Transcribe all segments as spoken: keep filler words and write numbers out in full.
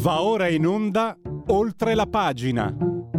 Va ora in onda Oltre la pagina.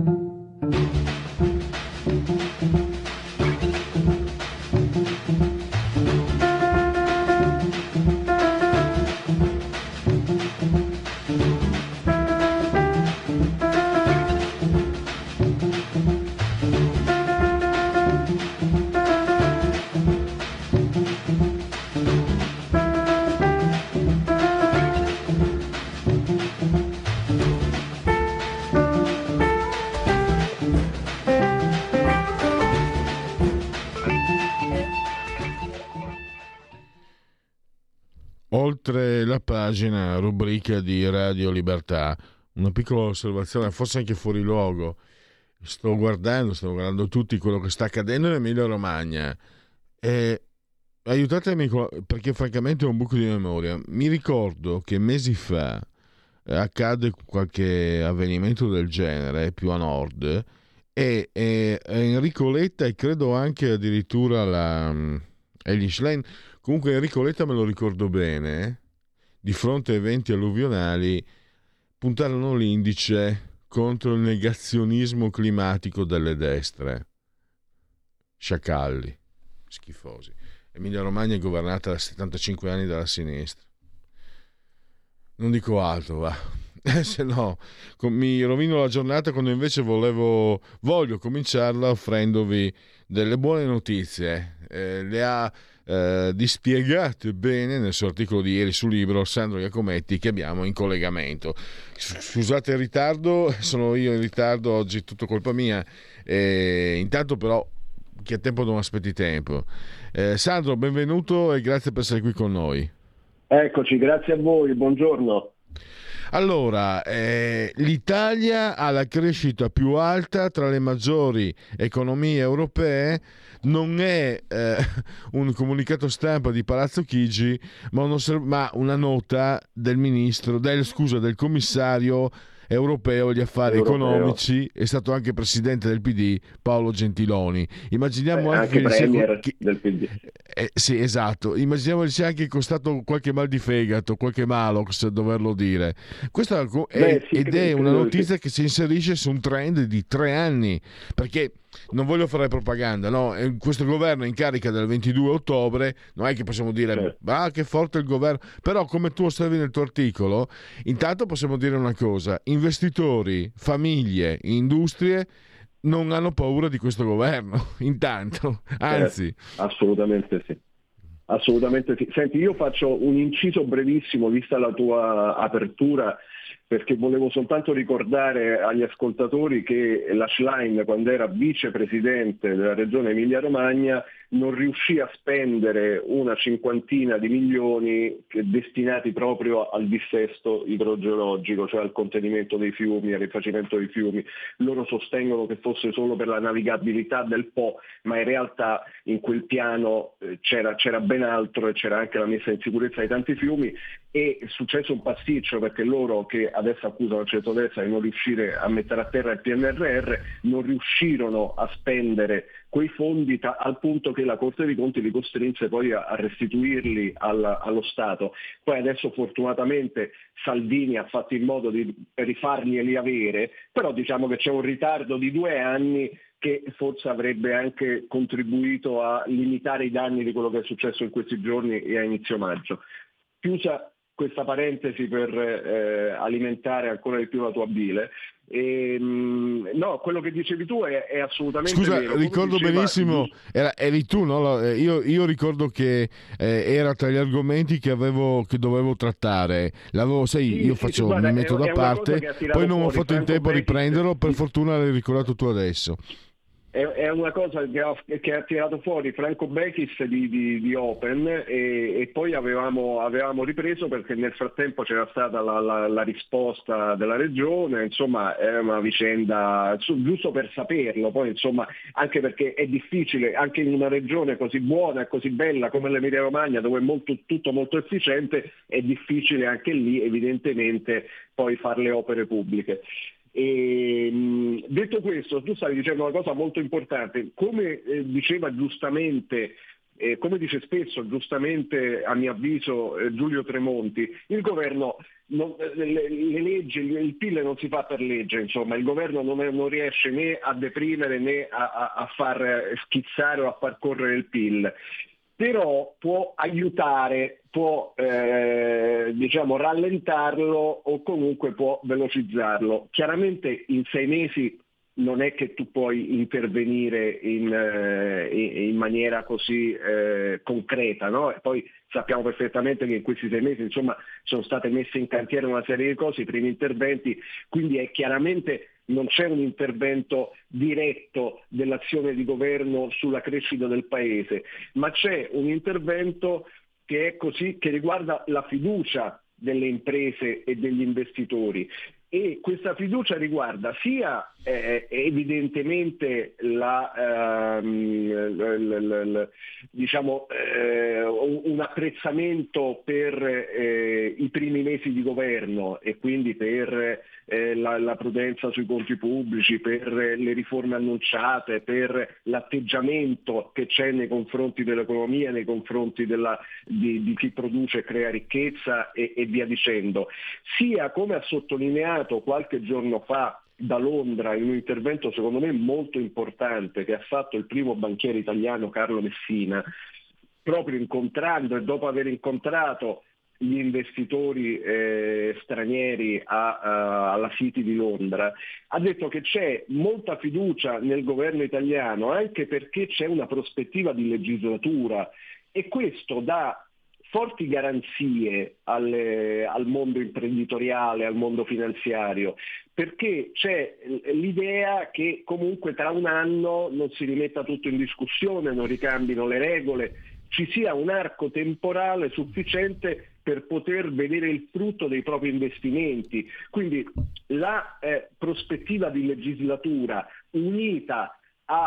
Oltre la pagina, rubrica di Radio Libertà. Una piccola osservazione, forse anche fuori luogo. Sto guardando, sto guardando tutti quello che sta accadendo in Emilia Romagna e aiutatemi perché francamente ho un buco di memoria. Mi ricordo che mesi fa accade qualche avvenimento del genere più a nord e, e Enrico Letta e credo anche addirittura la um, Elly Schlein. Comunque Enrico Letta me lo ricordo bene, eh? Di fronte a eventi alluvionali puntarono l'indice contro il negazionismo climatico delle destre. Sciacalli, schifosi. Emilia Romagna è governata da settantacinque anni dalla sinistra. Non dico altro, va. Eh, se no mi rovino la giornata quando invece volevo voglio cominciarla offrendovi delle buone notizie. Eh, le ha eh, dispiegate bene nel suo articolo di ieri sul Libero Sandro Iacometti, che abbiamo in collegamento. Scusate il ritardo, sono io in ritardo oggi, tutto colpa mia. Eh, intanto però chi ha tempo non aspetti tempo. Eh, Sandro, benvenuto e grazie per essere qui con noi. Eccoci, grazie a voi, buongiorno. Allora, eh, l'Italia ha la crescita più alta tra le maggiori economie europee. Non è eh, un comunicato stampa di Palazzo Chigi, ma, un osserv- ma una nota del ministro, del, scusa, del commissario europeo agli affari Europeo. economici, è stato anche presidente del P D Paolo Gentiloni. Immaginiamo Beh, anche, anche che premier che, del P D. Eh, sì, esatto. Immaginiamo che sia anche costato qualche mal di fegato, qualche malox, doverlo dire. Questa è, Beh, sì, ed credo, è una credo notizia sì. che si inserisce su un trend di tre anni, perché non voglio fare propaganda, no? Questo governo è in carica dal ventidue ottobre, non è che possiamo dire, Certo. ah, che forte il governo, però come tu osservi nel tuo articolo, intanto possiamo dire una cosa: investitori, famiglie, industrie non hanno paura di questo governo, intanto, anzi. Certo, assolutamente sì. Assolutamente sì. Senti, io faccio un inciso brevissimo, vista la tua apertura, perché volevo soltanto ricordare agli ascoltatori che la Schlein, quando era vicepresidente della regione Emilia-Romagna, non riuscì a spendere una cinquantina di milioni che destinati proprio al dissesto idrogeologico, cioè al contenimento dei fiumi, al rifacimento dei fiumi. Loro sostengono che fosse solo per la navigabilità del Po, ma in realtà in quel piano eh, c'era, c'era ben altro e c'era anche la messa in sicurezza di tanti fiumi. E è successo un pasticcio, perché loro, che adesso accusano il centrodestra di non riuscire a mettere a terra il P N R R, non riuscirono a spendere quei fondi ta- al punto che la Corte dei Conti li costrinse poi a, a restituirli al, allo Stato. Poi adesso fortunatamente Salvini ha fatto in modo di rifarglieli avere, però diciamo che c'è un ritardo di due anni che forse avrebbe anche contribuito a limitare i danni di quello che è successo in questi giorni e a inizio maggio. Chiusa questa parentesi per eh, alimentare ancora di più la tua bile. E, mh, no, quello che dicevi tu è, è assolutamente Scusa, vero. Come ricordo diceva, benissimo, era, eri tu, no? Io, io ricordo che eh, era tra gli argomenti che avevo, che dovevo trattare. L'avevo, sai, sì, io sì, sì, faccio, guarda, mi è, metto da è una cosa parte, che ha tirato poi non ho fuori fatto in Franco tempo a Bettis. riprenderlo, per fortuna l'hai ricordato tu adesso. È una cosa che ha, che ha tirato fuori Franco Bechis di, di, di Open e, e poi avevamo, avevamo ripreso perché nel frattempo c'era stata la, la, la risposta della regione, insomma è una vicenda giusto per saperlo, poi insomma anche perché è difficile anche in una regione così buona e così bella come l'Emilia Romagna, dove è molto, tutto molto efficiente, è difficile anche lì evidentemente poi fare le opere pubbliche. E, mh, detto questo, tu stavi dicendo una cosa molto importante, come eh, diceva giustamente eh, come dice spesso, giustamente a mio avviso, eh, Giulio Tremonti, il governo, non, le, le leggi, il P I L non si fa per legge, insomma, il governo non, è, non riesce né a deprimere né a, a, a far schizzare o a far correre il P I L. Però può aiutare, può eh, diciamo rallentarlo o comunque può velocizzarlo. Chiaramente in sei mesi non è che tu puoi intervenire in, eh, in maniera così eh, concreta, no? E poi sappiamo perfettamente che in questi sei mesi insomma sono state messe in cantiere una serie di cose, i primi interventi, quindi è chiaramente non c'è un intervento diretto dell'azione di governo sulla crescita del paese, ma c'è un intervento che è così, che riguarda la fiducia delle imprese e degli investitori. E questa fiducia riguarda sia eh, evidentemente la, ehm, l, l, l, diciamo, eh, un apprezzamento per eh, i primi mesi di governo e quindi per eh, la, la prudenza sui conti pubblici, per le riforme annunciate, per l'atteggiamento che c'è nei confronti dell'economia, nei confronti della, di, di chi produce e crea ricchezza e, e via dicendo, sia come ha sottolineato qualche giorno fa da Londra in un intervento secondo me molto importante che ha fatto il primo banchiere italiano Carlo Messina, proprio incontrando e dopo aver incontrato gli investitori eh, stranieri a, a, alla City di Londra, ha detto che c'è molta fiducia nel governo italiano anche perché c'è una prospettiva di legislatura e questo dà forti garanzie alle, al mondo imprenditoriale, al mondo finanziario, perché c'è l'idea che comunque tra un anno non si rimetta tutto in discussione, non ricambino le regole, ci sia un arco temporale sufficiente per poter vedere il frutto dei propri investimenti. Quindi la eh, prospettiva di legislatura unita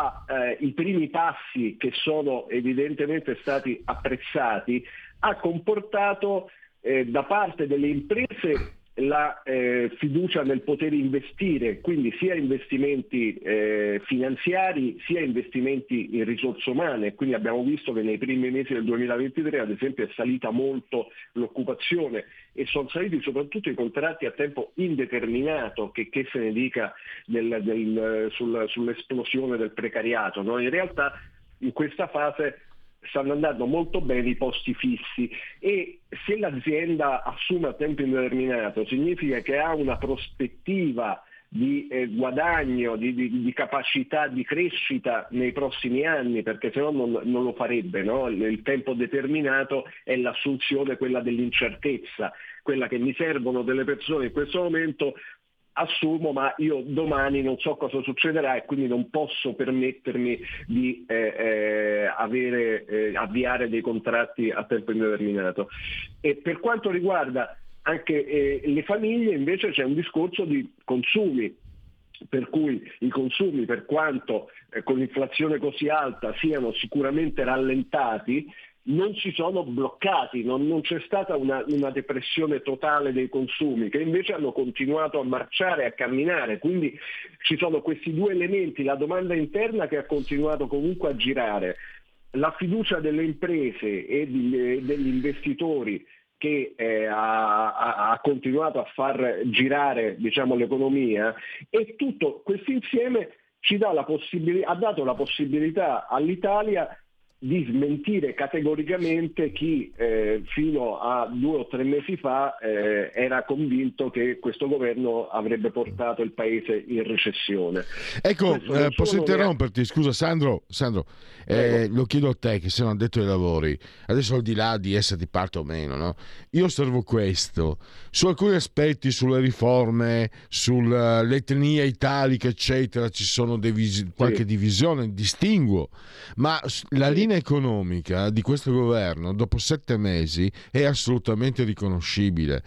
ai eh, primi passi che sono evidentemente stati apprezzati ha comportato eh, da parte delle imprese la eh, fiducia nel poter investire, quindi sia investimenti eh, finanziari sia investimenti in risorse umane. Quindi abbiamo visto che nei primi mesi del duemilaventitré ad esempio è salita molto l'occupazione e sono saliti soprattutto i contratti a tempo indeterminato, che, che se ne dica del, del, sul, sull'esplosione del precariato, no? In realtà in questa fase stanno andando molto bene i posti fissi e se l'azienda assume a tempo indeterminato significa che ha una prospettiva di eh, guadagno, di, di, di capacità di crescita nei prossimi anni, perché se no non, non lo farebbe, no? Il, il tempo determinato è l'assunzione, quella dell'incertezza, quella che mi servono delle persone in questo momento, assumo, ma io domani non so cosa succederà e quindi non posso permettermi di eh, eh, avere, eh, avviare dei contratti a tempo indeterminato. E per quanto riguarda anche eh, le famiglie invece c'è un discorso di consumi, per cui i consumi, per quanto eh, con l'inflazione così alta siano sicuramente rallentati, non si sono bloccati, non, non c'è stata una, una depressione totale dei consumi, che invece hanno continuato a marciare, a camminare, quindi ci sono questi due elementi, la domanda interna che ha continuato comunque a girare, la fiducia delle imprese e di, degli investitori che eh, ha, ha, ha continuato a far girare, diciamo, l'economia, e tutto questo insieme ci dà la possibilità, ha dato la possibilità all'Italia di smentire categoricamente chi eh, fino a due o tre mesi fa eh, era convinto che questo governo avrebbe portato il paese in recessione. Ecco, eh, posso interromperti? Scusa Sandro, Sandro eh, lo chiedo a te che sei un addetto ai lavori, adesso al di là di essere di parte o meno, no? Io osservo questo, su alcuni aspetti, sulle riforme, sull'etnia italica eccetera, ci sono divisi- qualche sì. divisione, distinguo, ma la linea economica di questo governo dopo sette mesi è assolutamente riconoscibile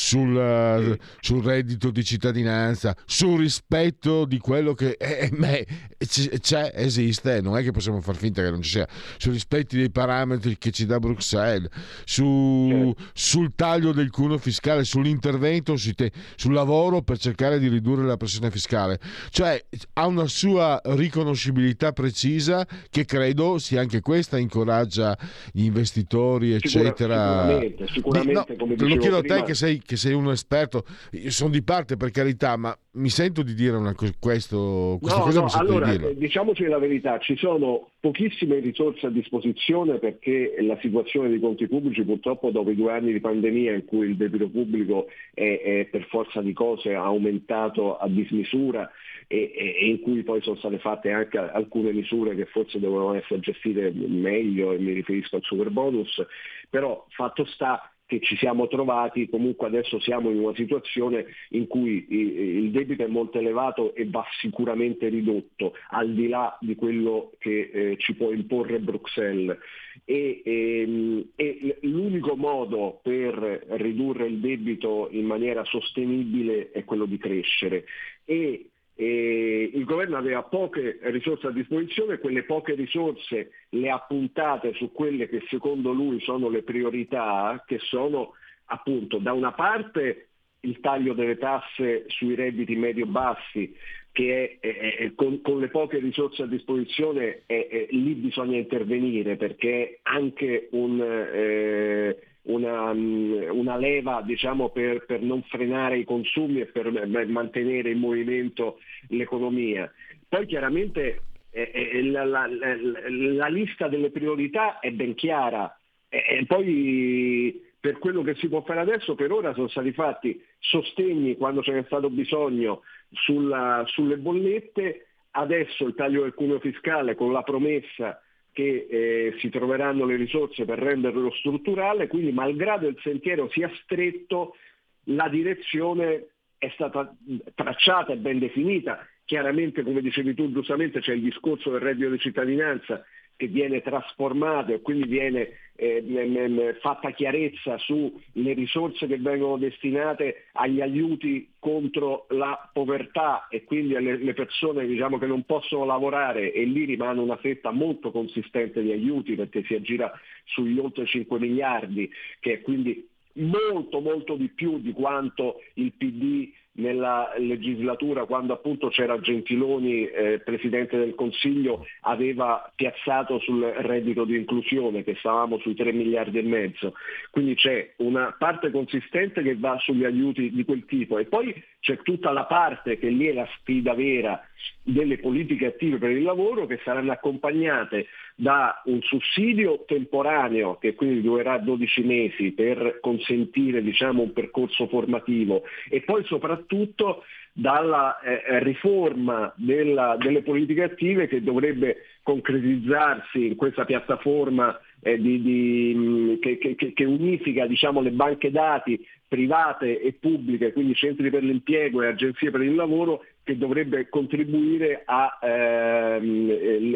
sul, sul reddito di cittadinanza, sul rispetto di quello che è, è, c'è, esiste, non è che possiamo far finta che non ci sia, sul rispetto dei parametri che ci dà Bruxelles, su, sul taglio del cuneo fiscale, sull'intervento su te, sul lavoro per cercare di ridurre la pressione fiscale, cioè ha una sua riconoscibilità precisa che credo sia anche quella questa incoraggia gli investitori, eccetera. Sicuramente, sicuramente, no, come te lo dicevo chiedo a prima, te che sei, che sei un esperto. Io sono di parte, per carità, ma mi sento di dire una co- questo, questa No, cosa no, mi sento allora di dirla. eh, diciamoci la verità, ci sono pochissime risorse a disposizione perché la situazione dei conti pubblici purtroppo dopo i due anni di pandemia in cui il debito pubblico è, è per forza di cose aumentato a dismisura e, e- e in cui poi sono state fatte anche alcune misure che forse dovevano essere gestite meglio, e mi riferisco al super bonus, però fatto sta che ci siamo trovati, comunque adesso siamo in una situazione in cui il debito è molto elevato e va sicuramente ridotto, al di là di quello che eh, ci può imporre Bruxelles. E, e, e l'unico modo per ridurre il debito in maniera sostenibile è quello di crescere. E E il governo aveva poche risorse a disposizione, quelle poche risorse le ha puntate su quelle che secondo lui sono le priorità, che sono appunto da una parte il taglio delle tasse sui redditi medio-bassi, che è, è, è, con, con le poche risorse a disposizione è, è, lì bisogna intervenire perché anche un... Eh, Una, una leva diciamo, per, per non frenare i consumi e per mantenere in movimento l'economia. Poi chiaramente eh, eh, la, la, la, la lista delle priorità è ben chiara e, e poi per quello che si può fare adesso per ora sono stati fatti sostegni quando ce n'è stato bisogno sulla, sulle bollette, adesso il taglio del cuneo fiscale con la promessa che eh, si troveranno le risorse per renderlo strutturale, quindi malgrado il sentiero sia stretto, la direzione è stata tracciata e ben definita. Chiaramente, come dicevi tu giustamente, c'è il discorso del reddito di cittadinanza che viene trasformato e quindi viene eh, fatta chiarezza sulle risorse che vengono destinate agli aiuti contro la povertà e quindi alle persone diciamo, che non possono lavorare, e lì rimane una fetta molto consistente di aiuti perché si aggira sugli oltre cinque miliardi, che è quindi molto molto di più di quanto il P D nella legislatura, quando appunto c'era Gentiloni, eh, Presidente del Consiglio, aveva piazzato sul reddito di inclusione, che stavamo sui tre miliardi e mezzo. Quindi c'è una parte consistente che va sugli aiuti di quel tipo e poi c'è tutta la parte che lì è la sfida vera delle politiche attive per il lavoro, che saranno accompagnate da un sussidio temporaneo che quindi durerà dodici mesi per consentire diciamo, un percorso formativo e poi soprattutto dalla eh, riforma della, delle politiche attive che dovrebbe concretizzarsi in questa piattaforma eh, di, di, che, che, che unifica diciamo, le banche dati private e pubbliche, quindi centri per l'impiego e agenzie per il lavoro, che dovrebbe contribuire a ehm,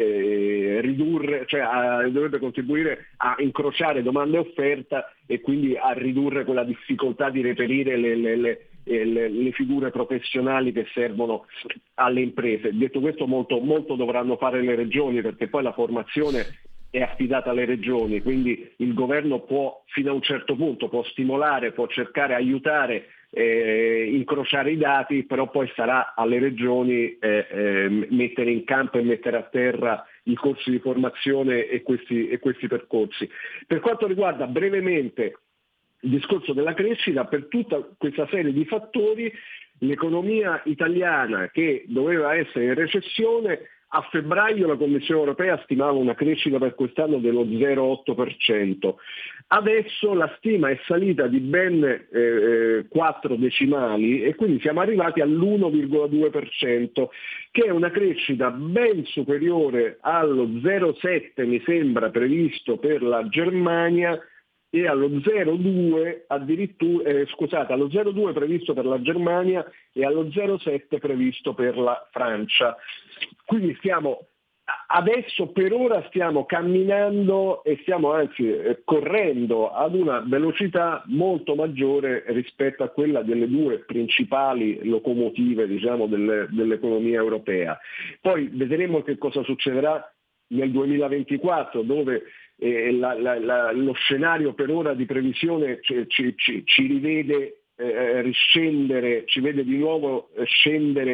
le, ridurre, cioè a, dovrebbe contribuire a incrociare domanda e offerta e quindi a ridurre quella difficoltà di reperire le, le, le, le, le figure professionali che servono alle imprese. Detto questo, molto, molto dovranno fare le regioni, perché poi la formazione è affidata alle regioni, quindi il governo può fino a un certo punto può stimolare, può cercare di aiutare, eh, incrociare i dati, però poi sarà alle regioni eh, eh, mettere in campo e mettere a terra i corsi di formazione e questi, e questi percorsi. Per quanto riguarda brevemente il discorso della crescita, per tutta questa serie di fattori l'economia italiana, che doveva essere in recessione, a febbraio la Commissione europea stimava una crescita per quest'anno dello zero virgola otto per cento. Adesso la stima è salita di ben eh, quattro decimali e quindi siamo arrivati all'uno virgola due per cento, che è una crescita ben superiore allo zero virgola sette mi sembra previsto per la Germania e allo zero virgola due addirittura eh, scusate, allo zero virgola due previsto per la Germania e allo zero virgola sette previsto per la Francia. Quindi stiamo adesso per ora stiamo camminando e stiamo anzi eh, correndo ad una velocità molto maggiore rispetto a quella delle due principali locomotive diciamo delle, dell'economia europea. Poi vedremo che cosa succederà nel duemilaventiquattro, dove eh, la, la, la, lo scenario per ora di previsione ci, ci, ci, ci rivede eh, riscendere, ci vede di nuovo scendere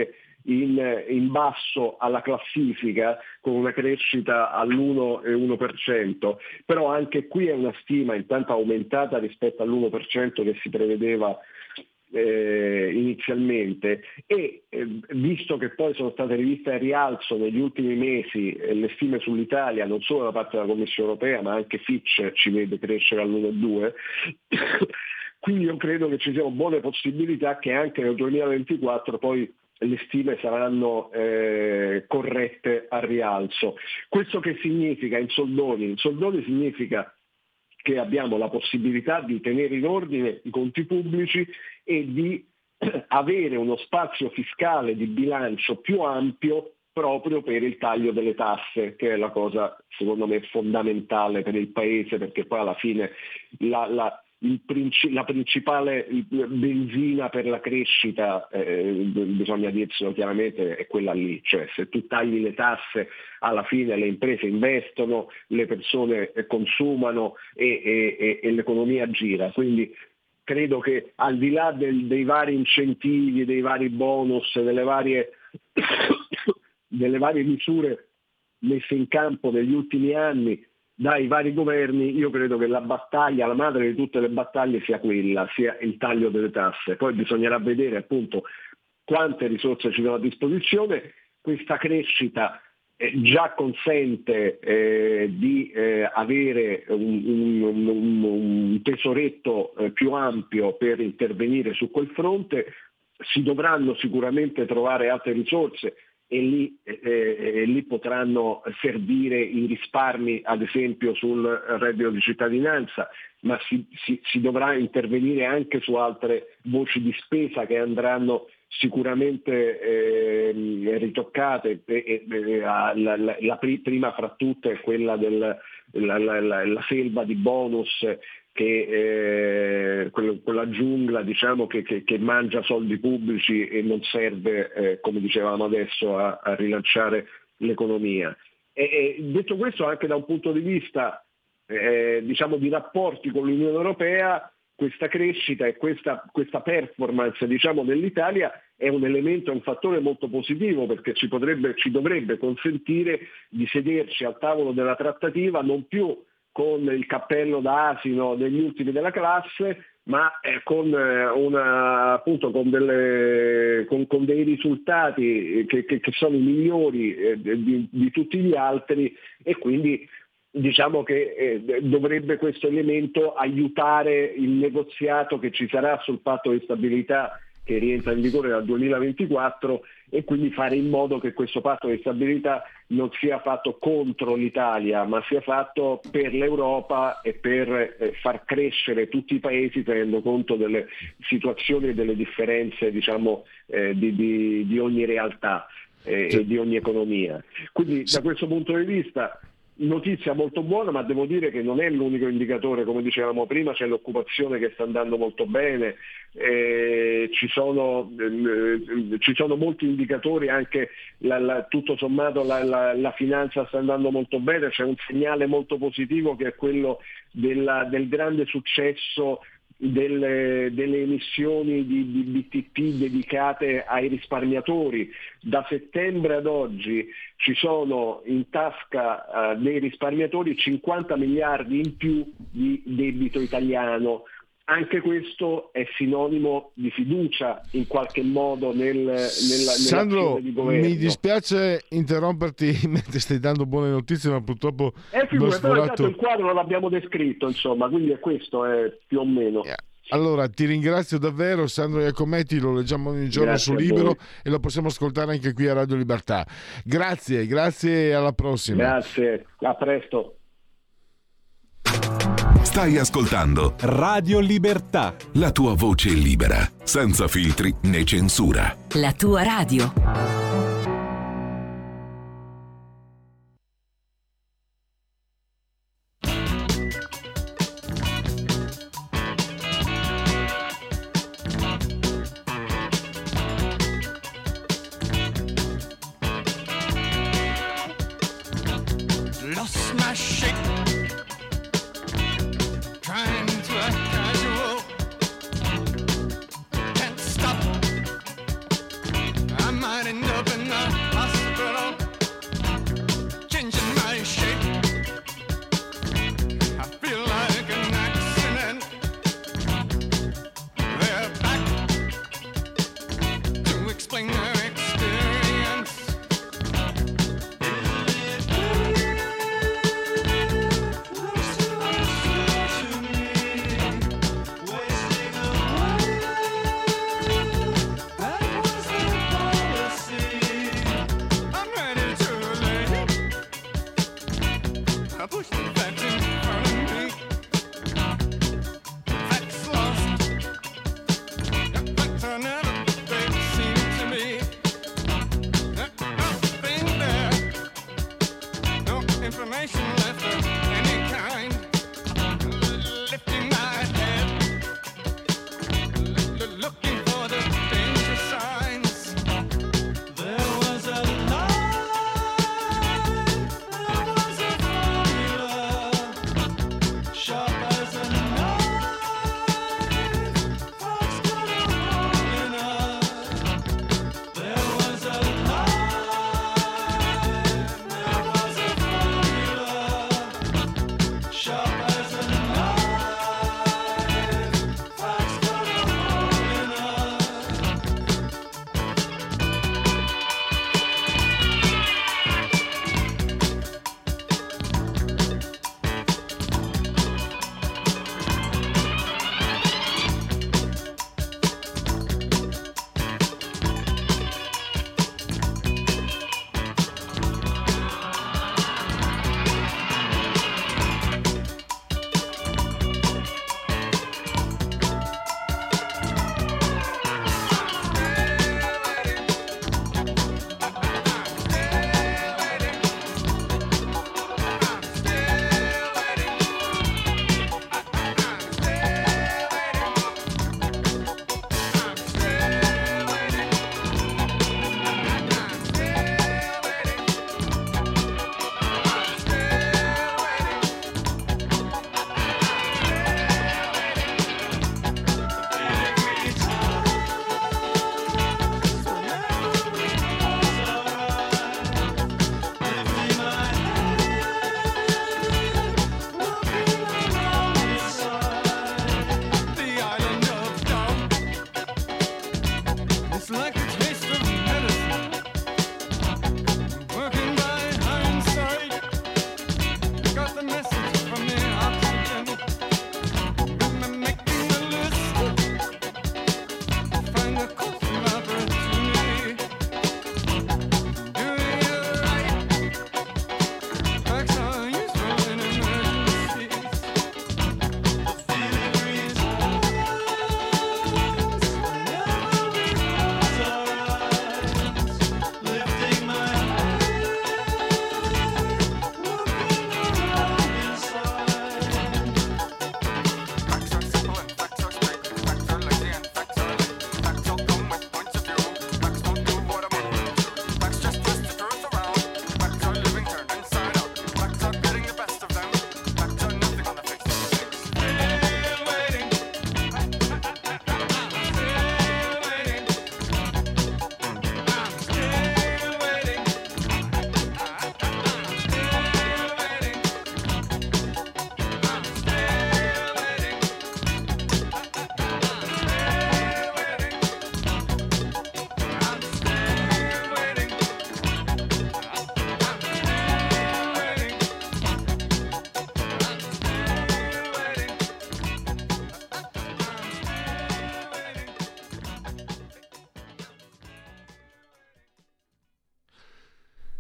in, in basso alla classifica con una crescita all'uno e uno per cento, però anche qui è una stima intanto aumentata rispetto all'uno per cento che si prevedeva Eh, inizialmente e eh, visto che poi sono state riviste a rialzo negli ultimi mesi eh, le stime sull'Italia non solo da parte della Commissione europea ma anche Fitch ci vede crescere all'uno virgola due quindi io credo che ci siano buone possibilità che anche nel duemilaventiquattro poi le stime saranno eh, corrette a rialzo. Questo che significa in soldoni? In soldoni significa che abbiamo la possibilità di tenere in ordine i conti pubblici e di avere uno spazio fiscale di bilancio più ampio proprio per il taglio delle tasse, che è la cosa secondo me fondamentale per il Paese, perché poi alla fine la, la, il princi- la principale benzina per la crescita, eh, bisogna dirselo chiaramente, è quella lì, cioè se tu tagli le tasse alla fine le imprese investono, le persone consumano e, e, e l'economia gira, quindi credo che al di là del, dei vari incentivi, dei vari bonus, delle varie, delle varie misure messe in campo negli ultimi anni dai vari governi, io credo che la battaglia, la madre di tutte le battaglie sia quella, sia il taglio delle tasse. Poi bisognerà vedere appunto quante risorse ci sono a disposizione. Questa crescita eh, già consente eh, di eh, avere un, un, un, un tesoretto eh, più ampio per intervenire su quel fronte. Si dovranno sicuramente trovare altre risorse e lì, eh, eh, lì potranno servire i risparmi ad esempio sul reddito di cittadinanza, ma si, si, si dovrà intervenire anche su altre voci di spesa che andranno sicuramente eh, ritoccate. E, e, la, la, la prima fra tutte è quella del la, la, la, la selva di bonus che eh, quella giungla diciamo che, che, che mangia soldi pubblici e non serve, eh, come dicevamo adesso, a, a rilanciare l'economia. E, e detto questo, anche da un punto di vista eh, diciamo di rapporti con l'Unione Europea, questa crescita e questa, questa performance diciamo dell'Italia è un elemento, è un fattore molto positivo, perché ci potrebbe, ci dovrebbe consentire di sederci al tavolo della trattativa non più con il cappello da asino degli ultimi della classe, ma eh, con, eh, una, appunto, con, delle, con, con dei risultati che, che, che sono i migliori eh, di, di tutti gli altri, e quindi diciamo che eh, dovrebbe questo elemento aiutare il negoziato che ci sarà sul patto di stabilità che rientra in vigore dal duemilaventiquattro, e quindi fare in modo che questo patto di stabilità non sia fatto contro l'Italia, ma sia fatto per l'Europa e per eh, far crescere tutti i paesi tenendo conto delle situazioni e delle differenze diciamo, eh, di, di, di ogni realtà eh, e di ogni economia. Quindi da questo punto di vista notizia molto buona, ma devo dire che non è l'unico indicatore, come dicevamo prima, c'è l'occupazione che sta andando molto bene, eh, ci, sono, eh, ci sono molti indicatori, anche la, la, tutto sommato la, la, la finanza sta andando molto bene, c'è un segnale molto positivo che è quello della, del grande successo Delle, delle emissioni di, di B T P dedicate ai risparmiatori. Da settembre ad oggi ci sono in tasca uh, dei risparmiatori cinquanta miliardi in più di debito italiano. Anche questo è sinonimo di fiducia in qualche modo nel, nella, Sandro, di governo. Mi dispiace interromperti mentre stai dando buone notizie, ma purtroppo eh, figura, sforato... però il quadro l'abbiamo descritto, insomma, quindi è questo è più o meno. Yeah. Allora ti ringrazio davvero, Sandro Iacometti, lo leggiamo ogni giorno Grazie su Libero e lo possiamo ascoltare anche qui a Radio Libertà. Grazie, grazie e alla prossima. Grazie, a presto. Stai ascoltando Radio Libertà, la tua voce libera, senza filtri né censura. La tua radio. Lost my shape, trying to act casual, can't stop, I might end up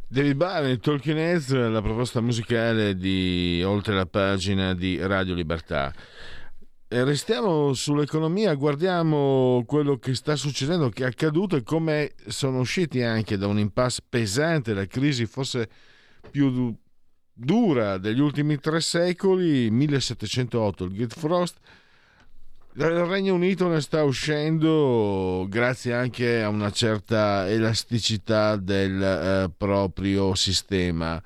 David Byrne, Talking Heads, la proposta musicale di Oltre la pagina di Radio Libertà. E restiamo sull'economia, guardiamo quello che sta succedendo, che è accaduto e come sono usciti anche da un impasse pesante, la crisi forse più du- dura degli ultimi tre secoli, millesettecentootto, il Great Frost. Il Regno Unito ne sta uscendo grazie anche a una certa elasticità del eh, proprio sistema.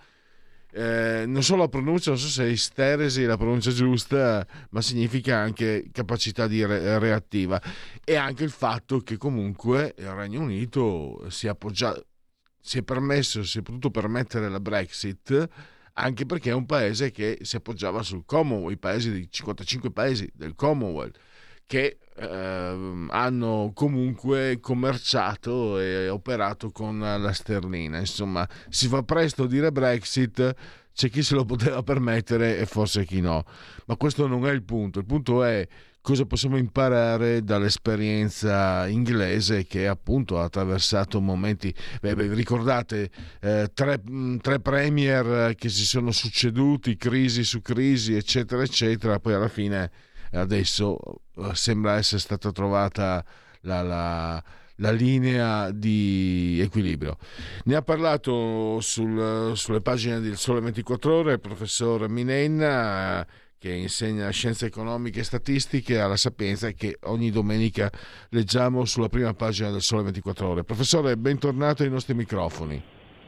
Eh, non solo la pronuncia, non so se è isteresi la pronuncia giusta, ma significa anche capacità di re- reattiva, e anche il fatto che comunque il Regno Unito si è appoggiato, si è permesso, si è potuto permettere la Brexit anche perché è un paese che si appoggiava sul Commonwealth, i paesi dei cinquantacinque paesi del Commonwealth che eh, hanno comunque commerciato e operato con la sterlina. Insomma, si fa presto a dire Brexit, c'è chi se lo poteva permettere e forse chi no. Ma questo non è il punto. Il punto è cosa possiamo imparare dall'esperienza inglese, che appunto ha attraversato momenti, beh, beh, ricordate eh, tre, tre premier che si sono succeduti, crisi su crisi, eccetera eccetera, poi alla fine adesso sembra essere stata trovata la, la, la linea di equilibrio. Ne ha parlato sul, sulle pagine del Sole ventiquattro Ore il professor Minenna, che insegna scienze economiche e statistiche alla Sapienza e che ogni domenica leggiamo sulla prima pagina del Sole ventiquattro Ore. Professore, bentornato ai nostri microfoni.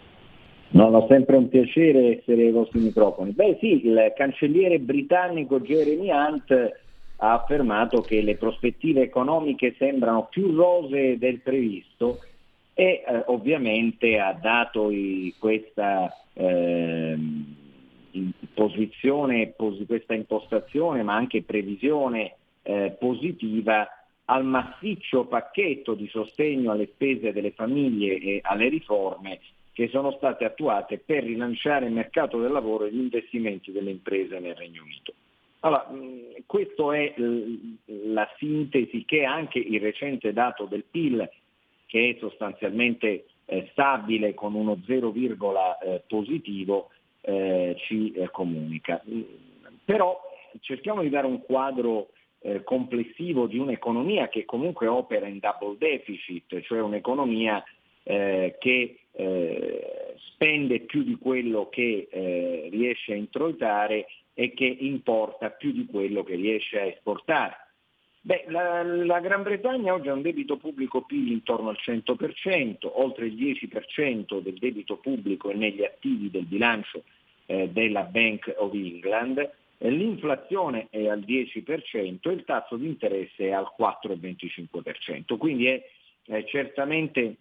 No, no, sempre un piacere essere ai vostri microfoni. Beh sì, il cancelliere britannico Jeremy Hunt ha affermato che le prospettive economiche sembrano più rosee del previsto e eh, ovviamente ha dato i, questa eh, in posizione, pos- questa impostazione ma anche previsione eh, positiva al massiccio pacchetto di sostegno alle spese delle famiglie e alle riforme che sono state attuate per rilanciare il mercato del lavoro e gli investimenti delle imprese nel Regno Unito. Allora, questa è la sintesi che anche il recente dato del P I L, che è sostanzialmente eh, stabile con uno zero, eh, positivo, eh, ci eh, comunica. Però cerchiamo di dare un quadro eh, complessivo di un'economia che comunque opera in double deficit, cioè un'economia eh, che eh, spende più di quello che eh, riesce a introitare e che importa più di quello che riesce a esportare. Beh, la, la Gran Bretagna oggi ha un debito pubblico P I L intorno al cento per cento, oltre il dieci per cento del debito pubblico è negli attivi del bilancio eh, della Bank of England, eh, l'inflazione è al dieci per cento e il tasso di interesse è al quattro virgola venticinque per cento, quindi è eh, certamente,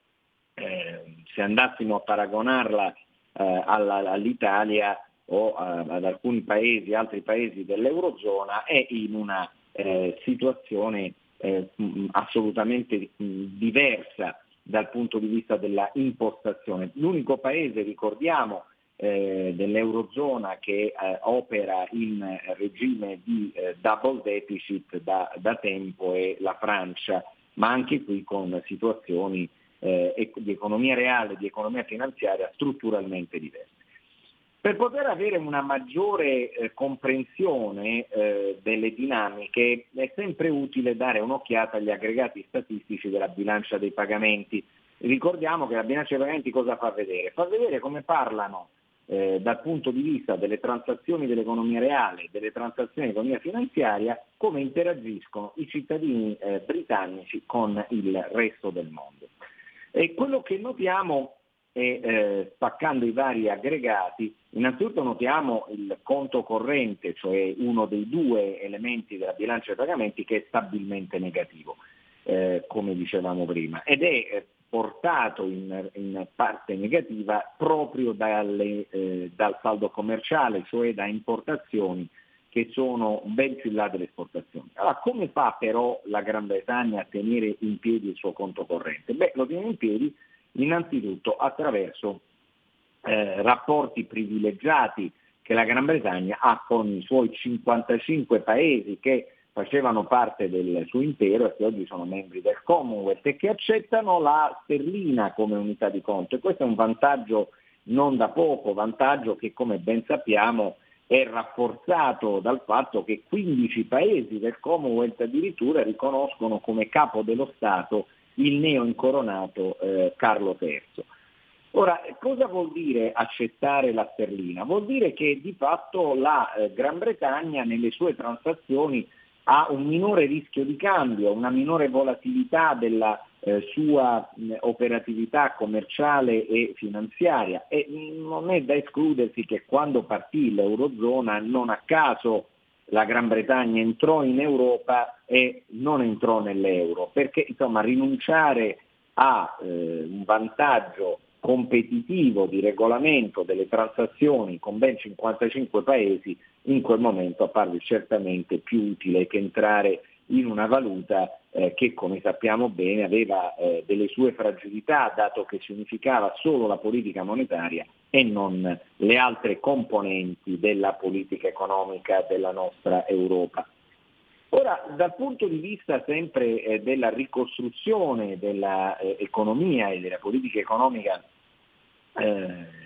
eh, se andassimo a paragonarla eh, alla, all'Italia, o ad alcuni paesi, altri paesi dell'Eurozona, è in una eh, situazione eh, assolutamente diversa dal punto di vista della impostazione. L'unico paese, ricordiamo, eh, dell'Eurozona che eh, opera in regime di eh, double deficit da, da tempo è la Francia, ma anche qui con situazioni eh, di economia reale, di economia finanziaria strutturalmente diverse. Per poter avere una maggiore eh, comprensione eh, delle dinamiche è sempre utile dare un'occhiata agli aggregati statistici della bilancia dei pagamenti. Ricordiamo che la bilancia dei pagamenti cosa fa vedere? Fa vedere come parlano eh, dal punto di vista delle transazioni dell'economia reale, delle transazioni dell'economia finanziaria, come interagiscono i cittadini eh, britannici con il resto del mondo. E quello che notiamo e eh, spaccando i vari aggregati, innanzitutto notiamo il conto corrente, cioè uno dei due elementi della bilancia dei pagamenti che è stabilmente negativo, eh, come dicevamo prima, ed è eh, portato in, in parte negativa proprio dalle, eh, dal saldo commerciale, cioè da importazioni che sono ben più là delle esportazioni. Allora, come fa però la Gran Bretagna a tenere in piedi il suo conto corrente? Beh, lo tiene in piedi innanzitutto attraverso eh, rapporti privilegiati che la Gran Bretagna ha con i suoi cinquantacinque paesi che facevano parte del suo impero e che oggi sono membri del Commonwealth e che accettano la sterlina come unità di conto, e questo è un vantaggio non da poco, vantaggio che come ben sappiamo è rafforzato dal fatto che quindici paesi del Commonwealth addirittura riconoscono come capo dello Stato il neo-incoronato eh, Carlo terzo. Ora, cosa vuol dire accettare la sterlina? Vuol dire che di fatto la eh, Gran Bretagna nelle sue transazioni ha un minore rischio di cambio, una minore volatilità della eh, sua mh, operatività commerciale e finanziaria, e mh, non è da escludersi che quando partì l'Eurozona non a caso la Gran Bretagna entrò in Europa e non entrò nell'euro, perché insomma rinunciare a eh, un vantaggio competitivo di regolamento delle transazioni con ben cinquantacinque paesi in quel momento apparve certamente più utile che entrare in una valuta eh, che, come sappiamo bene, aveva eh, delle sue fragilità, dato che si unificava solo la politica monetaria e non le altre componenti della politica economica della nostra Europa. Ora, dal punto di vista sempre eh, della ricostruzione dell'economia eh, e della politica economica eh,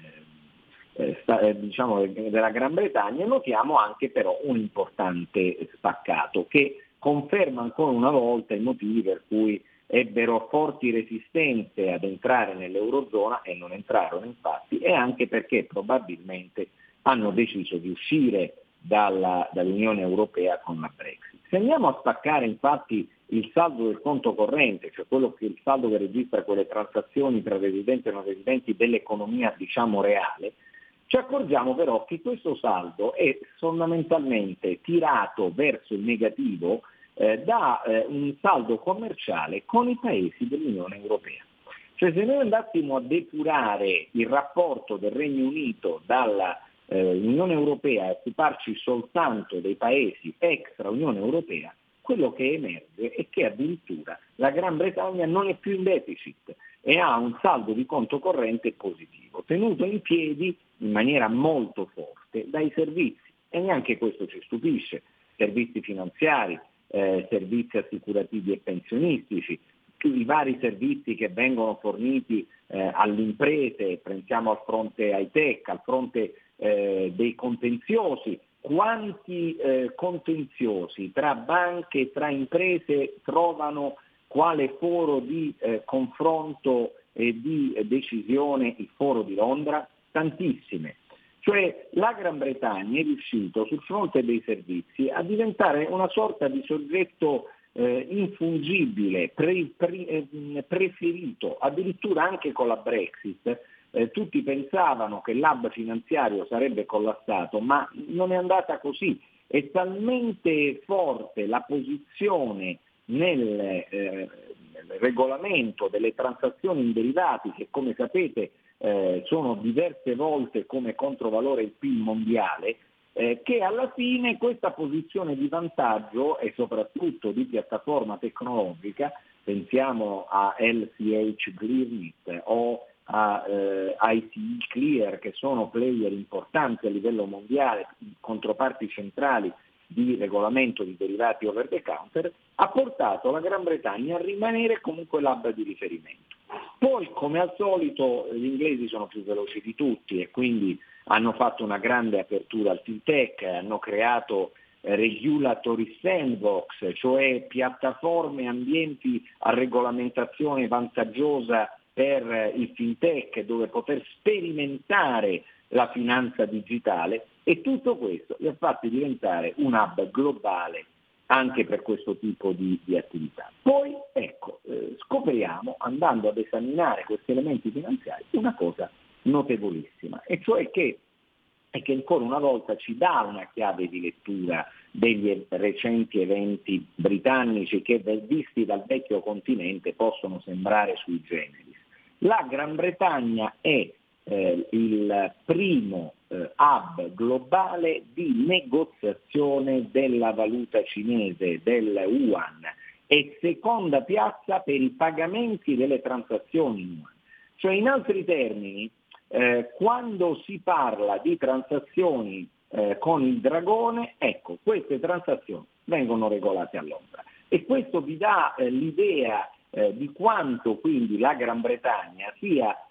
eh, sta, eh, diciamo della Gran Bretagna, notiamo anche però un importante spaccato che conferma ancora una volta i motivi per cui ebbero forti resistenze ad entrare nell'Eurozona e non entrarono infatti, e anche perché probabilmente hanno deciso di uscire dalla, dall'Unione Europea con la Brexit. Se andiamo a spaccare infatti il saldo del conto corrente, cioè quello che il saldo che registra quelle transazioni tra residenti e non residenti dell'economia diciamo reale, ci accorgiamo però che questo saldo è fondamentalmente tirato verso il negativo eh, da eh, un saldo commerciale con i paesi dell'Unione Europea. Cioè se noi andassimo a depurare il rapporto del Regno Unito dall'Unione eh, Europea e occuparci soltanto dei paesi extra Unione Europea, quello che emerge è che addirittura la Gran Bretagna non è più in deficit e ha un saldo di conto corrente positivo, tenuto in piedi in maniera molto forte dai servizi, e neanche questo ci stupisce, servizi finanziari, eh, servizi assicurativi e pensionistici, i vari servizi che vengono forniti eh, alle imprese, pensiamo al fronte high tech, al fronte eh, dei contenziosi. Quanti eh, contenziosi tra banche e tra imprese trovano quale foro di eh, confronto e di eh, decisione il foro di Londra? Tantissime. Cioè la Gran Bretagna è riuscito sul fronte dei servizi a diventare una sorta di soggetto eh, infungibile, pre, pre, eh, preferito, addirittura anche con la Brexit. Eh, tutti pensavano che l'hub finanziario sarebbe collassato, ma non è andata così. È talmente forte la posizione nel, eh, nel regolamento delle transazioni in derivati, che come sapete eh, sono diverse volte come controvalore il P I L mondiale, eh, che alla fine questa posizione di vantaggio e soprattutto di piattaforma tecnologica, pensiamo a L C H Clearnit o a eh, I T E Clear, che sono player importanti a livello mondiale, controparti centrali di regolamento di derivati over the counter, ha portato la Gran Bretagna a rimanere comunque l'hub di riferimento. Poi, come al solito, gli inglesi sono più veloci di tutti e quindi hanno fatto una grande apertura al fintech, hanno creato eh, regulatory sandbox, cioè piattaforme, ambienti a regolamentazione vantaggiosa per il fintech, dove poter sperimentare la finanza digitale, e tutto questo li ha fatti diventare un hub globale anche per questo tipo di, di attività. Poi ecco, eh, scopriamo, andando ad esaminare questi elementi finanziari, una cosa notevolissima, e cioè che, e che ancora una volta ci dà una chiave di lettura degli recenti eventi britannici che, visti dal vecchio continente, possono sembrare sui generis. La Gran Bretagna è eh, il primo eh, hub globale di negoziazione della valuta cinese, del yuan, e seconda piazza per i pagamenti delle transazioni in yuan. Cioè, in altri termini, eh, quando si parla di transazioni eh, con il dragone, ecco, queste transazioni vengono regolate a Londra. E questo vi dà eh, l'idea Eh, di quanto quindi la Gran Bretagna sia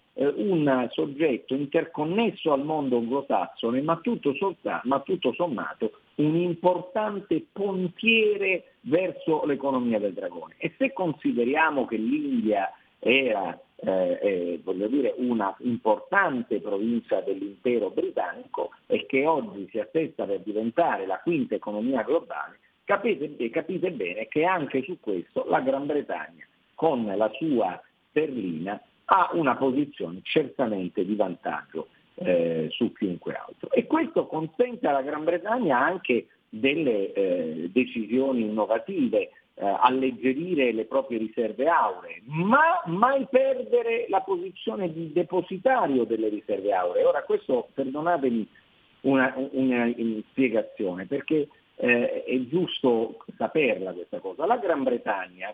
eh, un soggetto interconnesso al mondo anglosassone, ma tutto, solta, ma tutto sommato un importante pontiere verso l'economia del dragone. E se consideriamo che l'India era eh, eh, voglio dire, una importante provincia dell'impero britannico e che oggi si attesta per diventare la quinta economia globale, capite, capite bene che anche su questo la Gran Bretagna, con la sua sterlina, ha una posizione certamente di vantaggio eh, su chiunque altro. E questo consente alla Gran Bretagna anche delle eh, decisioni innovative, eh, alleggerire le proprie riserve auree, ma mai perdere la posizione di depositario delle riserve auree. Ora questo, perdonatemi una, una, una spiegazione, perché eh, è giusto saperla questa cosa. La Gran Bretagna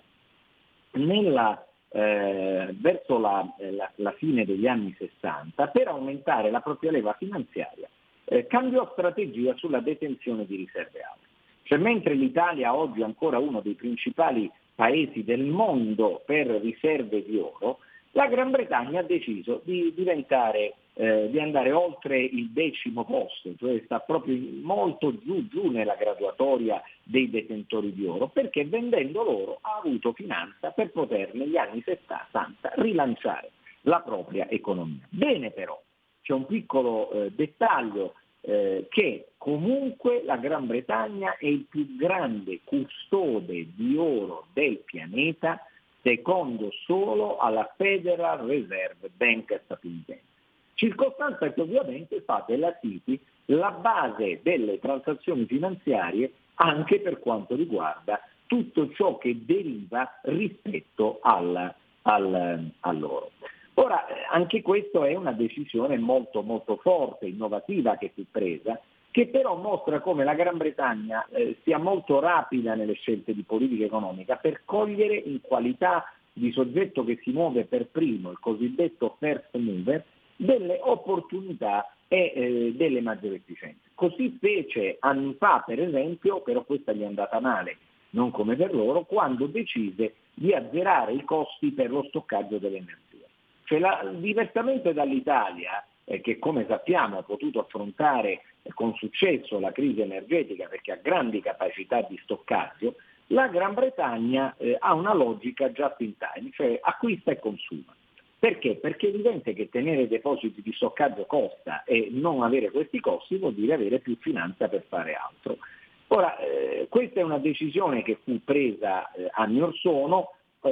nella Eh, verso la, la, la fine degli anni sessanta, per aumentare la propria leva finanziaria, eh, cambiò strategia sulla detenzione di riserve auree. Cioè, mentre l'Italia oggi è ancora uno dei principali paesi del mondo per riserve di oro, la Gran Bretagna ha deciso di diventare, eh, di andare oltre il decimo posto, cioè sta proprio molto giù giù nella graduatoria dei detentori di oro, perché vendendo l'oro ha avuto finanza per poter negli anni settanta rilanciare la propria economia. Bene, però, c'è un piccolo eh, dettaglio, eh, che comunque la Gran Bretagna è il più grande custode di oro del pianeta, secondo solo alla Federal Reserve Bank statunitense. Circostanza che ovviamente fa della City la base delle transazioni finanziarie anche per quanto riguarda tutto ciò che deriva rispetto al, al, all'oro. Ora, anche questa è una decisione molto molto forte, innovativa che fu presa, che però mostra come la Gran Bretagna eh, sia molto rapida nelle scelte di politica economica per cogliere in qualità di soggetto che si muove per primo, il cosiddetto first mover, delle opportunità e eh, delle maggiori efficienze. Così fece anni fa, per esempio, però questa gli è andata male, non come per loro, quando decise di azzerare i costi per lo stoccaggio dell'energia. Cioè, la, diversamente dall'Italia, eh, che come sappiamo ha potuto affrontare eh, con successo la crisi energetica perché ha grandi capacità di stoccaggio, la Gran Bretagna eh, ha una logica just in time, cioè acquista e consuma. Perché? Perché è evidente che tenere depositi di stoccaggio costa e non avere questi costi vuol dire avere più finanza per fare altro. Ora, eh, questa è una decisione che fu presa eh, anni or sono,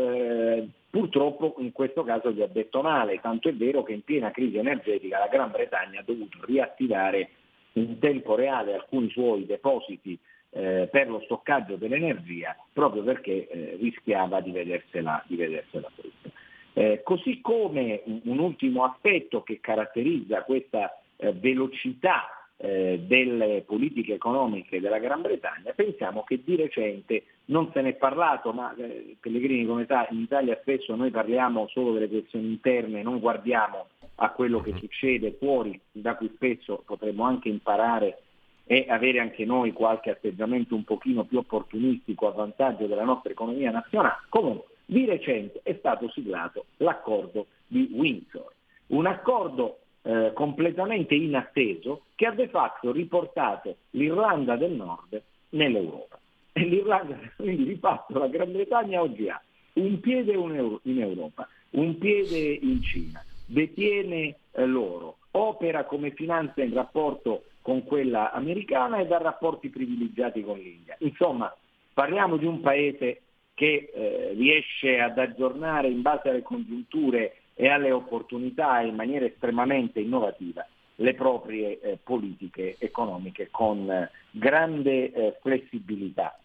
eh, purtroppo in questo caso gli ha detto male, tanto è vero che in piena crisi energetica la Gran Bretagna ha dovuto riattivare in tempo reale alcuni suoi depositi eh, per lo stoccaggio dell'energia, proprio perché eh, rischiava di vedersela, di vedersela frutta. Eh, così come un ultimo aspetto che caratterizza questa eh, velocità eh, delle politiche economiche della Gran Bretagna, pensiamo che di recente non se ne è parlato, ma eh, Pellegrini, come sa, in Italia spesso noi parliamo solo delle questioni interne, non guardiamo a quello che succede fuori, da cui spesso potremmo anche imparare e avere anche noi qualche atteggiamento un pochino più opportunistico a vantaggio della nostra economia nazionale. Comunque, di recente è stato siglato l'accordo di Windsor, un accordo eh, completamente inatteso che ha de facto riportato l'Irlanda del Nord nell'Europa. E l'Irlanda, quindi di fatto la Gran Bretagna oggi ha un piede in Europa, un piede in Cina, detiene eh, l'oro, opera come finanza in rapporto con quella americana e dà rapporti privilegiati con l'India. Insomma, parliamo di un paese che eh, riesce ad aggiornare in base alle congiunture e alle opportunità in maniera estremamente innovativa le proprie eh, politiche economiche con eh, grande eh, flessibilità,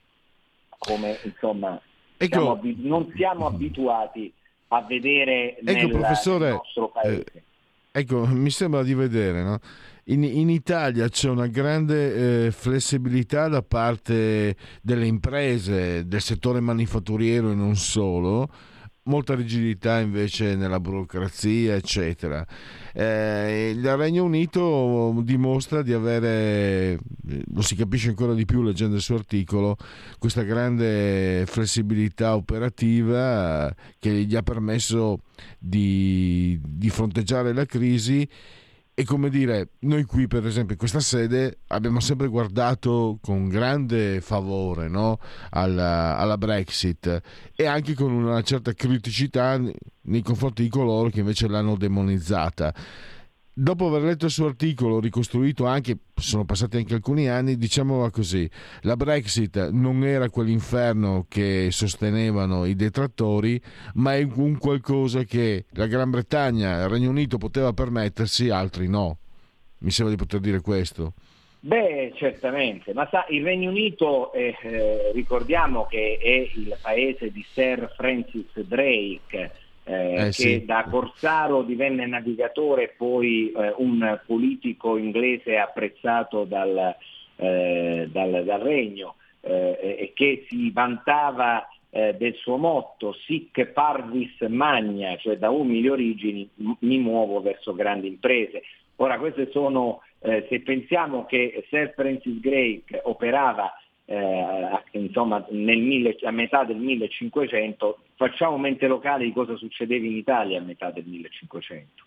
come insomma ecco, siamo abitu- non siamo abituati a vedere ecco, nel, professore, nel nostro paese. Eh, ecco, mi sembra di vedere, no? In, in Italia c'è una grande eh, flessibilità da parte delle imprese, del settore manifatturiero e non solo, molta rigidità invece nella burocrazia, eccetera. Eh, il Regno Unito dimostra di avere, lo si capisce ancora di più leggendo il suo articolo, questa grande flessibilità operativa che gli ha permesso di, di fronteggiare la crisi. E come dire, noi qui per esempio in questa sede abbiamo sempre guardato con grande favore, no? alla, alla Brexit, e anche con una certa criticità nei confronti di coloro che invece l'hanno demonizzata. Dopo aver letto il suo articolo, ricostruito anche, sono passati anche alcuni anni, diciamola così, la Brexit non era quell'inferno che sostenevano i detrattori, ma è un qualcosa che la Gran Bretagna, il Regno Unito poteva permettersi, altri no. Mi sembra di poter dire questo. Beh, certamente, ma sa, il Regno Unito, eh, eh, ricordiamo che è il paese di Sir Francis Drake, Eh, eh, che sì. da corsaro divenne navigatore e poi eh, un politico inglese apprezzato dal, eh, dal, dal regno, eh, e che si vantava eh, del suo motto sic parvis magna, cioè da umili origini mi muovo verso grandi imprese. Ora queste sono, eh, se pensiamo che Sir Francis Drake operava Eh, insomma nel mille, a metà del millecinquecento, facciamo mente locale di cosa succedeva in Italia a metà del millecinquecento.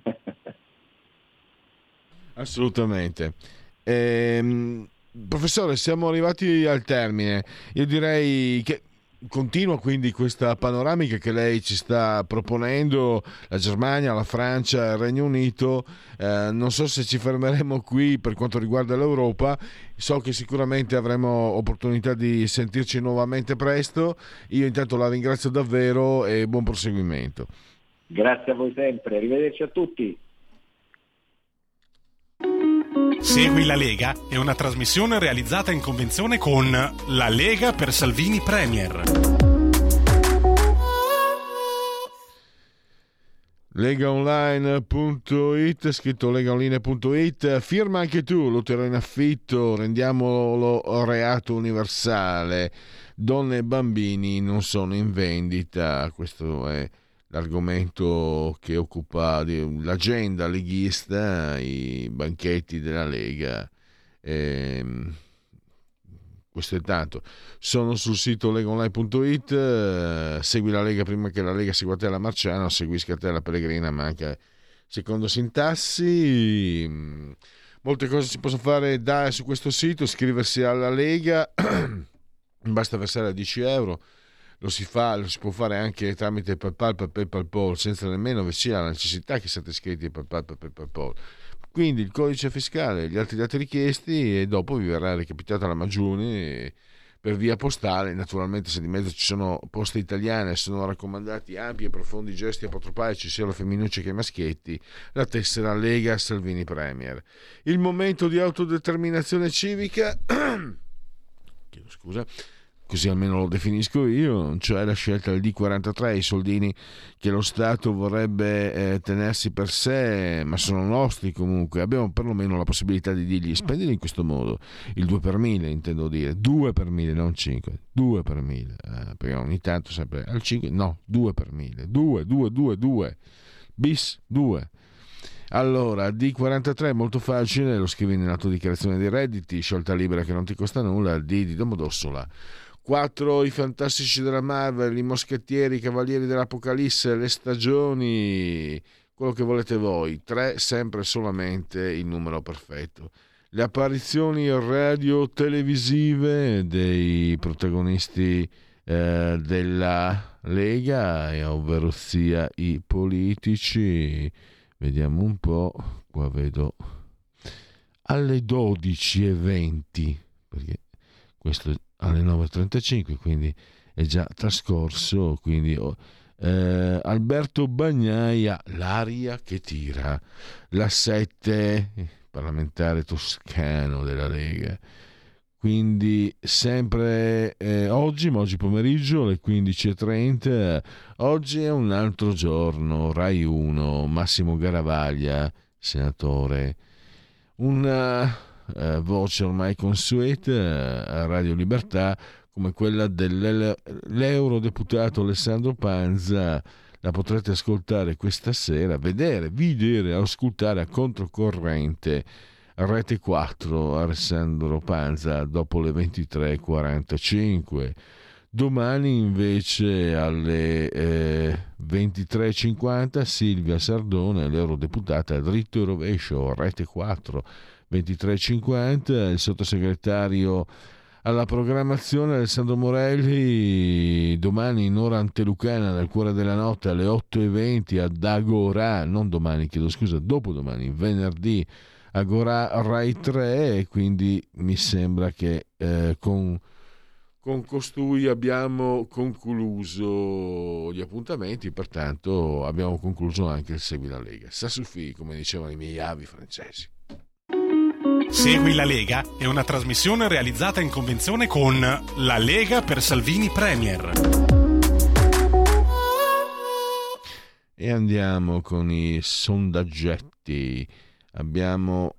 Assolutamente. Ehm, professore, siamo arrivati al termine. Io direi che continua quindi questa panoramica che lei ci sta proponendo, la Germania, la Francia, il Regno Unito. Eh, non so se ci fermeremo qui per quanto riguarda l'Europa. So che sicuramente avremo opportunità di sentirci nuovamente presto. Io intanto la ringrazio davvero e buon proseguimento. Grazie a voi sempre, arrivederci a tutti. Segui la Lega è una trasmissione realizzata in convenzione con La Lega per Salvini Premier. legaonline punto it, scritto legaonline punto it. Firma anche tu, lo terrò in affitto, rendiamolo reato universale. Donne e bambini non sono in vendita. Questo è l'argomento che occupa l'agenda leghista, i banchetti della Lega. Ehm, questo è tanto. Sono sul sito legaonline punto it. Eh, segui la Lega prima che la Lega segua te la Marciano, seguisca te la Pellegrina, ma anche secondo Sintassi. Molte cose si possono fare da su questo sito, iscriversi alla Lega, basta versare dieci euro. Lo si fa, lo si può fare anche tramite PayPal, per PayPal, senza nemmeno vi sia la necessità che siate iscritti a PayPal, per PayPal. Quindi il codice fiscale, gli altri dati richiesti, e dopo vi verrà recapitata la magione per via postale. Naturalmente, se di mezzo ci sono poste italiane, sono raccomandati ampi e profondi gesti apotropaici sia alle femminucce che ai maschietti, la tessera Lega Salvini Premier. Il momento di autodeterminazione civica, chiedo scusa, così almeno lo definisco io, cioè la scelta del D quarantatré, i soldini che lo Stato vorrebbe eh, tenersi per sé, ma sono nostri comunque, abbiamo perlomeno la possibilità di dirgli spendili in questo modo, il due per mille intendo dire, due per mille, non cinque, due per mille, eh, perché ogni tanto sempre al cinque, no, due per mille, due, due, due, due, bis, due. Allora, D quarantatré è molto facile, lo scrivi nella tua dichiarazione dei redditi, scelta libera che non ti costa nulla, D di Domodossola. quattro i fantastici della Marvel, i moschettieri, i cavalieri dell'Apocalisse, le stagioni, quello che volete voi. tre sempre solamente il numero perfetto. Le apparizioni radio televisive dei protagonisti eh, della Lega, ovvero sia i politici. Vediamo un po', qua vedo alle dodici e venti, perché questo alle nove e trentacinque, quindi è già trascorso. Quindi eh, Alberto Bagnaia, l'aria che tira, la sette, parlamentare toscano della Lega. Quindi sempre eh, oggi, ma oggi pomeriggio alle quindici e trenta. Oggi è un altro giorno, Rai uno, Massimo Garavaglia, senatore. Un eh, voce ormai consueta a Radio Libertà, come quella dell'eurodeputato Alessandro Panza. La potrete ascoltare questa sera, vedere, vedere, ascoltare a controcorrente Rete quattro, Alessandro Panza, dopo le ventitré e quarantacinque. Domani invece alle eh, ventitré e cinquanta Silvia Sardone, l'eurodeputata, dritto e rovescio, Rete quattro, ventitré e cinquanta. Il sottosegretario alla programmazione Alessandro Morelli, domani in ora antelucana nel cuore della notte alle otto e venti ad Agorà, non domani, chiedo scusa, dopodomani, venerdì, Agorà Rai tre, e quindi mi sembra che eh, con, con costui abbiamo concluso gli appuntamenti, pertanto abbiamo concluso anche il Segui la Lega. Sassufi, come dicevano i miei avi francesi. Segui la Lega è una trasmissione realizzata in convenzione con La Lega per Salvini Premier. E andiamo con i sondaggetti. Abbiamo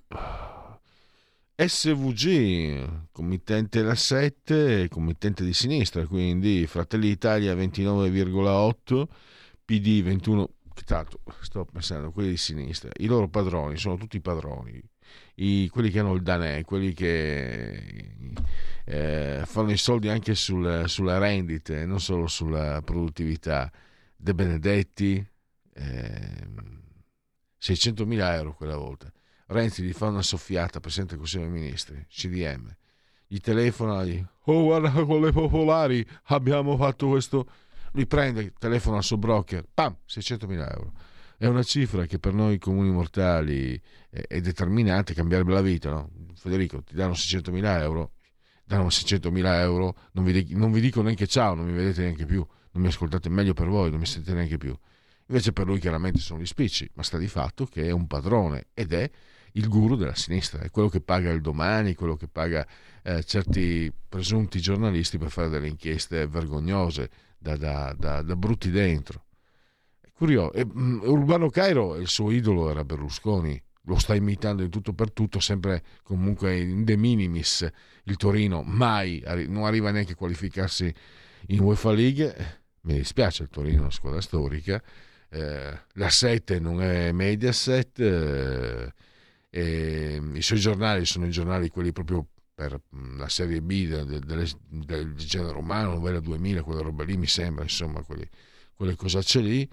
S V G, committente la sette, committente di sinistra, quindi Fratelli d'Italia ventinove virgola otto, P D ventuno. Tanto sto pensando, quelli di sinistra, i loro padroni sono tutti padroni, I, quelli che hanno il danè, quelli che eh, fanno i soldi anche sul, sulla rendite, non solo sulla produttività. De Benedetti, eh, seicentomila euro quella volta. Renzi gli fa una soffiata, Presidente del Consiglio dei Ministri, C D M, gli telefona, gli, oh guarda, con le popolari abbiamo fatto questo. Lui prende, telefona al suo broker, pam, seicentomila euro. È una cifra che per noi comuni mortali è determinante, cambiare la vita, no? Federico, ti danno seicentomila euro, danno seicentomila euro, non vi, non vi dico neanche ciao, non mi vedete neanche più, non mi ascoltate, meglio per voi, non mi sentite neanche più. Invece per lui chiaramente sono gli spicci, ma sta di fatto che è un padrone ed è il guru della sinistra, è quello che paga il Domani, quello che paga eh, certi presunti giornalisti per fare delle inchieste vergognose, Da, da, da, da brutti dentro. È curioso. E, um, Urbano Cairo, il suo idolo era Berlusconi, lo sta imitando in tutto per tutto, sempre comunque in de minimis. Il Torino mai non arriva neanche a qualificarsi in UEFA League. Mi dispiace, il Torino è una squadra storica, eh, la sette non è Mediaset, eh, e i suoi giornali sono i giornali quelli proprio per la serie B del, del, del genere romano, novella duemila, quella roba lì, mi sembra, insomma, quelli, quelle cosacce lì,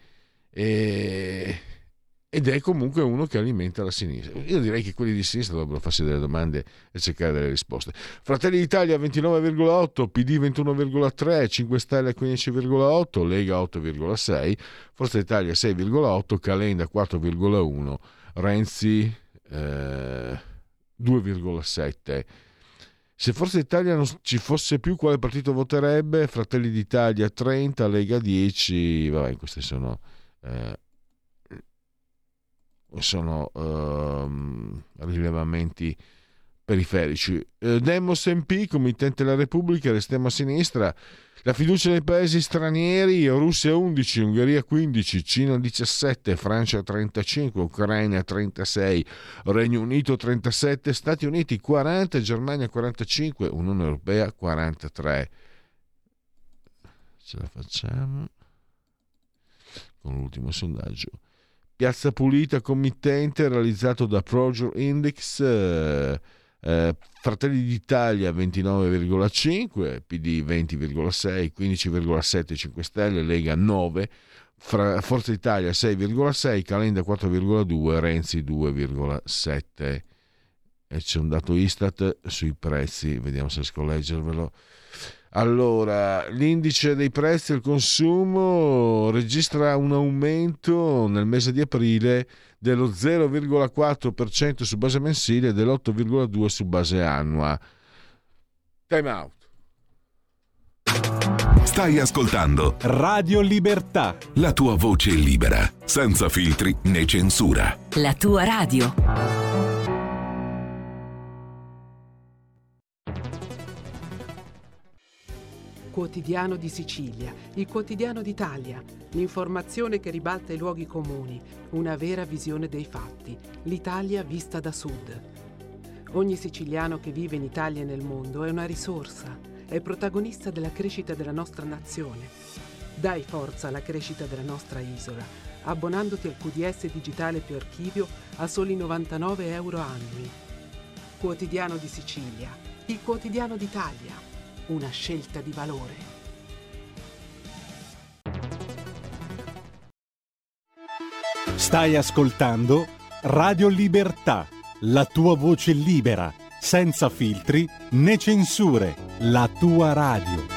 e, ed è comunque uno che alimenta la sinistra. Io direi che quelli di sinistra dovrebbero farsi delle domande e cercare delle risposte. Fratelli d'Italia ventinove virgola otto, P D ventuno virgola tre, cinque Stelle quindici virgola otto, Lega otto virgola sei, Forza Italia sei virgola otto, Calenda quattro virgola uno, Renzi eh, due virgola sette. Se Forza Italia non ci fosse più, quale partito voterebbe? Fratelli d'Italia trenta, Lega dieci. Vabbè, questi sono eh, sono eh, rilevamenti periferici. eh, Demos M P, committente della Repubblica, restiamo a sinistra. La fiducia nei paesi stranieri: Russia undici, Ungheria quindici, Cina diciassette, Francia trentacinque, Ucraina trentasei, Regno Unito trentasette, Stati Uniti quaranta, Germania quarantacinque, Unione Europea quarantatré. Ce la facciamo con l'ultimo sondaggio. Piazza Pulita, committente, realizzato da Project Index. eh, Eh, Fratelli d'Italia ventinove virgola cinque, P D venti virgola sei, quindici virgola sette cinque Stelle, Lega nove, Fra- Forza Italia sei virgola sei, Calenda quattro virgola due, Renzi due virgola sette. E c'è un dato Istat sui prezzi, vediamo se riesco a leggervelo. Allora, l'indice dei prezzi al consumo registra un aumento nel mese di aprile dello zero virgola quattro per cento su base mensile e dell'otto virgola due per cento su base annua. Time out. Stai ascoltando Radio Libertà, la tua voce libera, senza filtri né censura. La tua radio. Quotidiano di Sicilia, il quotidiano d'Italia, l'informazione che ribalta i luoghi comuni, una vera visione dei fatti, l'Italia vista da sud. Ogni siciliano che vive in Italia e nel mondo è una risorsa, è protagonista della crescita della nostra nazione. Dai forza alla crescita della nostra isola, abbonandoti al Q D S digitale più archivio a soli novantanove euro annui. Quotidiano di Sicilia, il quotidiano d'Italia, una scelta di valore. Stai ascoltando Radio Libertà, la tua voce libera, senza filtri né censure, la tua radio.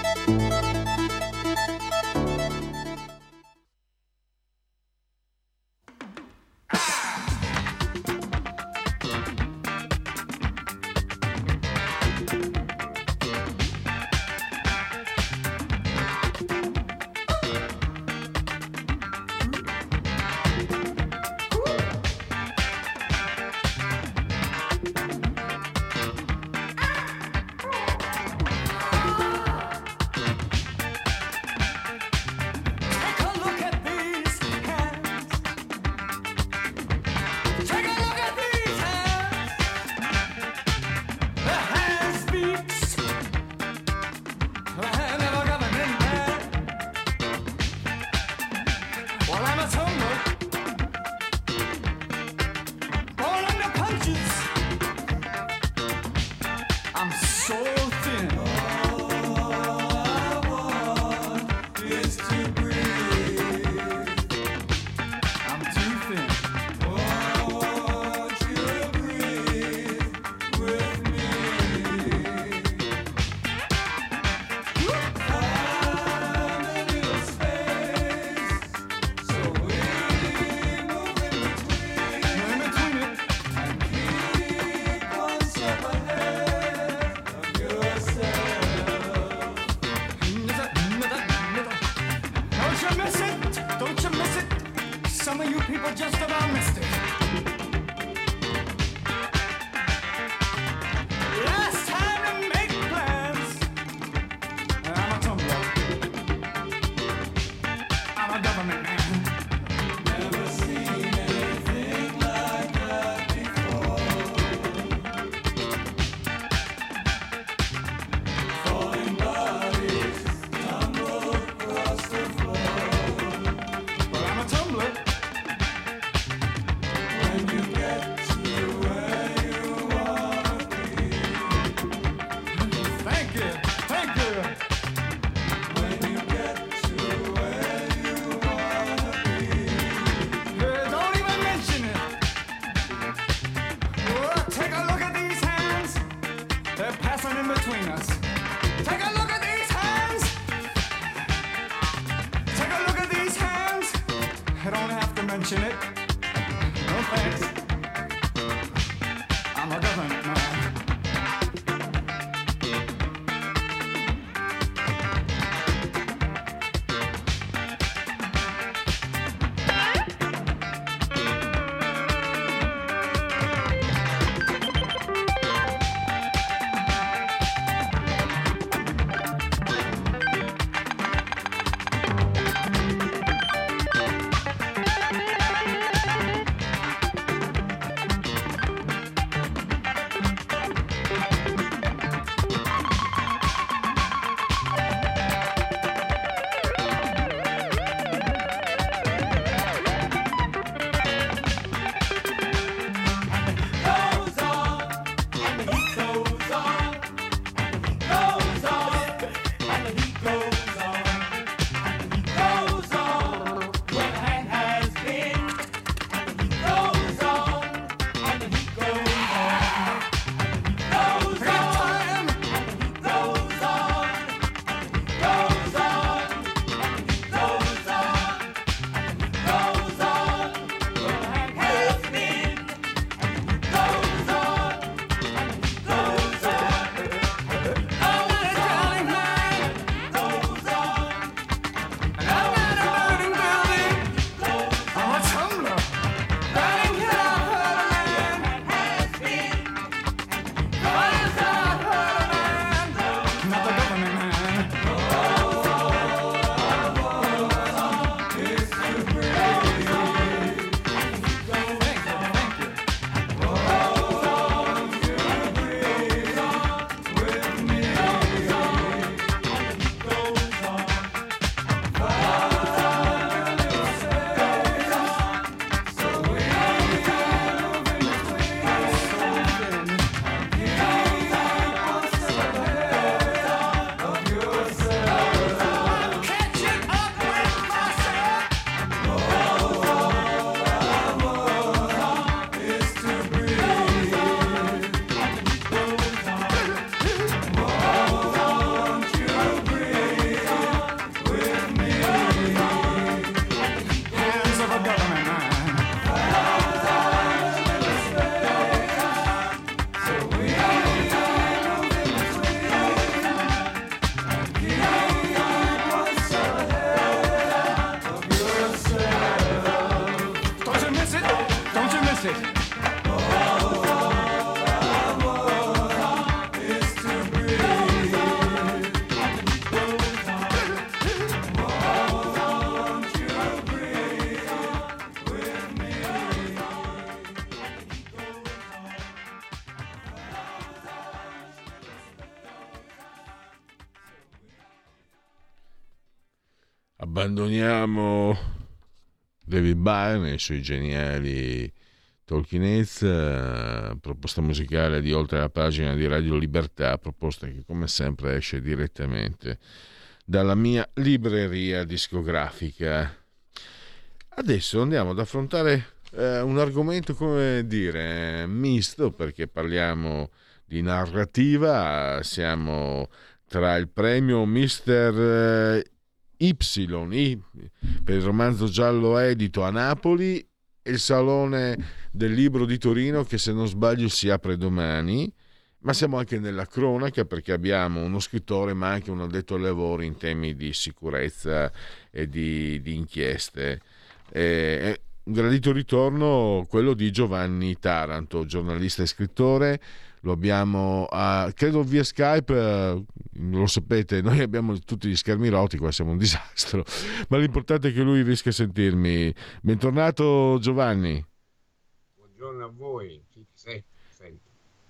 abbandoniamo David Byrne e i suoi geniali Talking Heads, eh, proposta musicale di Oltre la pagina di Radio Libertà, proposta che come sempre esce direttamente dalla mia libreria discografica. Adesso andiamo ad affrontare eh, un argomento, come dire, misto, perché parliamo di narrativa, siamo tra il premio mister Y per il romanzo giallo edito a Napoli e il Salone del Libro di Torino, che se non sbaglio si apre domani, ma siamo anche nella cronaca perché abbiamo uno scrittore ma anche un addetto ai lavori in temi di sicurezza e di, di inchieste. E, un gradito ritorno quello di Giovanni Taranto, giornalista e scrittore. Lo abbiamo a, credo via Skype, lo sapete, noi abbiamo tutti gli schermi rotti qua, siamo un disastro, ma l'importante è che lui riesca a sentirmi. Bentornato Giovanni. Buongiorno a voi. Sì, sì, sento.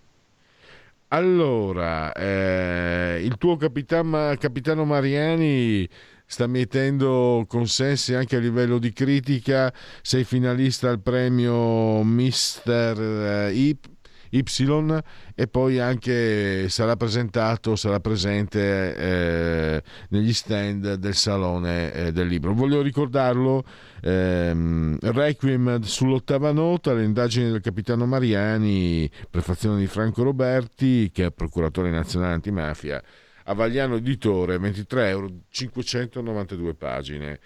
Allora, eh, il tuo capitan, capitano Mariani sta mietendo consensi anche a livello di critica, sei finalista al premio mister Y Y e poi anche sarà presentato, sarà presente eh, negli stand del Salone eh, del Libro. Voglio ricordarlo, ehm, Requiem sull'ottava nota, le indagini del capitano Mariani, prefazione di Franco Roberti, che è procuratore nazionale antimafia, a Vagliano Editore, ventitré euro, cinquecentonovantadue pagine.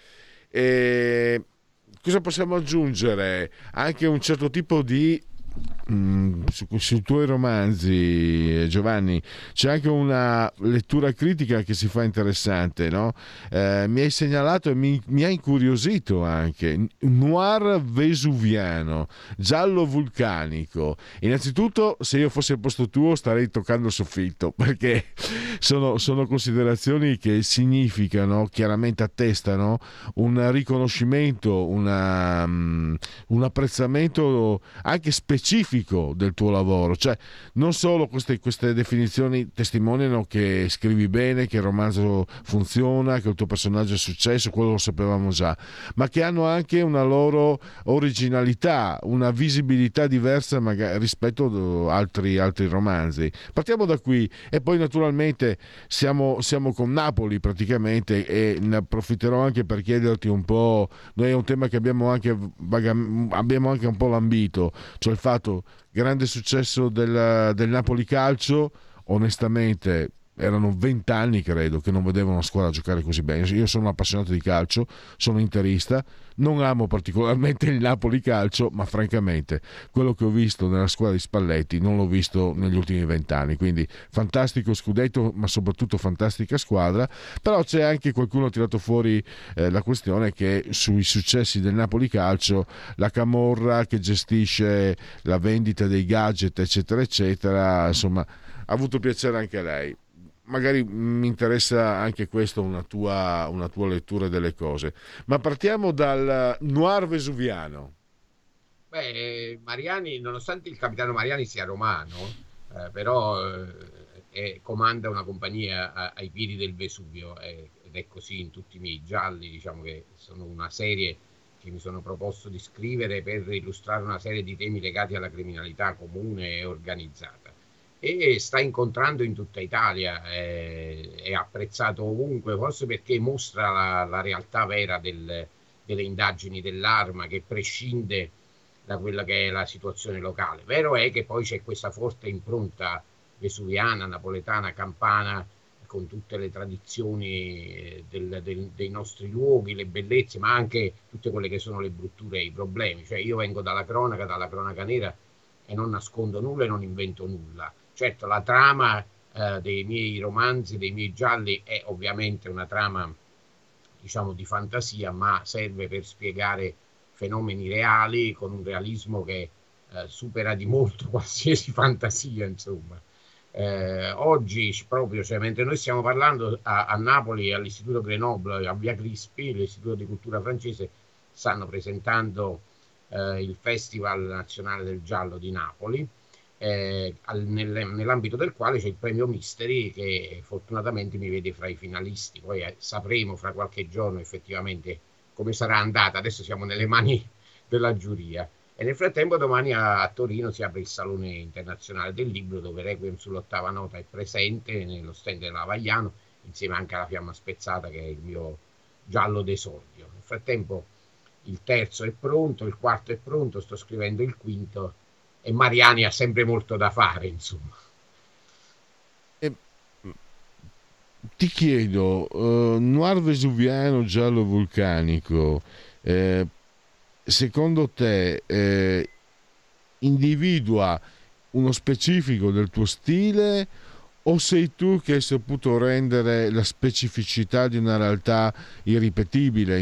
E cosa possiamo aggiungere? Anche un certo tipo di Mm, su, sui tuoi romanzi, Giovanni, c'è anche una lettura critica che si fa interessante, no? Eh, mi hai segnalato e mi, mi ha incuriosito anche noir vesuviano, giallo vulcanico. Innanzitutto, se io fossi al posto tuo starei toccando il soffitto, perché sono, sono considerazioni che significano, chiaramente attestano un riconoscimento, una, um, un apprezzamento anche specifico del tuo lavoro. Cioè, non solo queste, queste definizioni testimoniano che scrivi bene, che il romanzo funziona, che il tuo personaggio è successo, quello lo sapevamo già, ma che hanno anche una loro originalità, una visibilità diversa magari rispetto ad altri, altri romanzi. Partiamo da qui e poi naturalmente siamo, siamo con Napoli praticamente, e ne approfitterò anche per chiederti un po', noi è un tema che abbiamo anche, abbiamo anche un po' lambito, cioè il fatto grande successo del, del Napoli Calcio. Onestamente erano vent'anni credo che non vedevo una squadra giocare così bene. Io sono un appassionato di calcio, sono interista, non amo particolarmente il Napoli Calcio, ma francamente quello che ho visto nella squadra di Spalletti non l'ho visto negli ultimi vent'anni. Quindi fantastico scudetto, ma soprattutto fantastica squadra. Però c'è anche qualcuno ha tirato fuori eh, la questione che sui successi del Napoli Calcio la camorra che gestisce la vendita dei gadget eccetera eccetera, insomma, ha avuto piacere anche lei. Magari mi interessa anche questo, una tua, una tua lettura delle cose. Ma partiamo dal noir vesuviano. Beh, Mariani, nonostante il capitano Mariani sia romano, eh, però eh, è, comanda una compagnia a, ai piedi del Vesuvio, eh, ed è così in tutti i miei gialli. Diciamo che sono una serie che mi sono proposto di scrivere per illustrare una serie di temi legati alla criminalità comune e organizzata. E sta incontrando in tutta Italia, eh, è apprezzato ovunque, forse perché mostra la, la realtà vera del, delle indagini dell'Arma, che prescinde da quella che è la situazione locale. Vero è che poi c'è questa forte impronta vesuviana, napoletana, campana, con tutte le tradizioni del, del, dei nostri luoghi, le bellezze, ma anche tutte quelle che sono le brutture e i problemi. Cioè, io vengo dalla cronaca, dalla cronaca nera, e non nascondo nulla e non invento nulla. Certo, la trama eh, dei miei romanzi, dei miei gialli, è ovviamente una trama, diciamo, di fantasia, ma serve per spiegare fenomeni reali con un realismo che eh, supera di molto qualsiasi fantasia, insomma. Eh, oggi proprio, cioè, mentre noi stiamo parlando a, a Napoli, all'Istituto Grenoble, a Via Crispi, l'Istituto di Cultura francese, stanno presentando eh, il Festival Nazionale del Giallo di Napoli. eh, al, nel, nell'ambito del quale c'è il premio Mystery, che fortunatamente mi vede fra i finalisti. Poi eh, sapremo fra qualche giorno effettivamente come sarà andata. Adesso siamo nelle mani della giuria. E nel frattempo domani a, a Torino si apre il Salone Internazionale del Libro, dove Requiem sull'ottava nota è presente nello stand della Vagliano, insieme anche alla Fiamma Spezzata, che è il mio giallo d'esordio. Nel frattempo il terzo è pronto, il quarto è pronto, sto scrivendo il quinto e Mariani ha sempre molto da fare, insomma. E, ti chiedo, uh, Noir Vesuviano, giallo vulcanico, eh, secondo te eh, individua uno specifico del tuo stile, o sei tu che hai saputo rendere la specificità di una realtà irripetibile,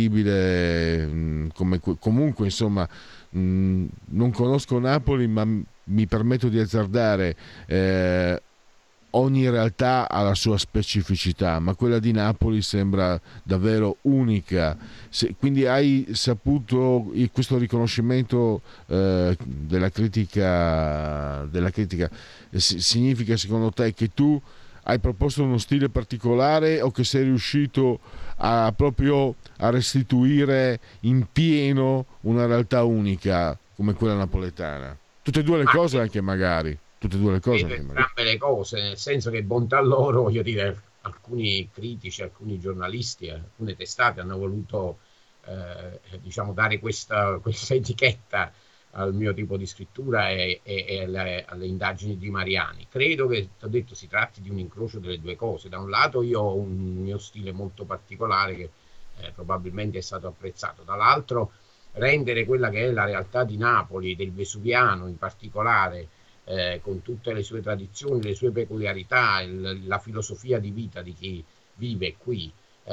incredibile, come, comunque insomma, mh, non conosco Napoli, ma mi permetto di azzardare, eh, ogni realtà ha la sua specificità, ma quella di Napoli sembra davvero unica. Se, quindi hai saputo questo riconoscimento eh, della critica, della critica eh, significa secondo te che tu hai proposto uno stile particolare, o che sei riuscito a proprio a restituire in pieno una realtà unica come quella napoletana? Tutte e due le cose, anche magari tutte e due le cose, anche entrambe le cose, nel senso che bontà loro, voglio dire, alcuni critici, alcuni giornalisti, alcune testate hanno voluto eh, diciamo dare questa, questa etichetta al mio tipo di scrittura e, e, e alle, alle indagini di Mariani. Credo che, ti ho detto, si tratti di un incrocio delle due cose. Da un lato io ho un mio stile molto particolare che eh, probabilmente è stato apprezzato, dall'altro rendere quella che è la realtà di Napoli, del Vesuviano in particolare, Eh, con tutte le sue tradizioni, le sue peculiarità, il, la filosofia di vita di chi vive qui,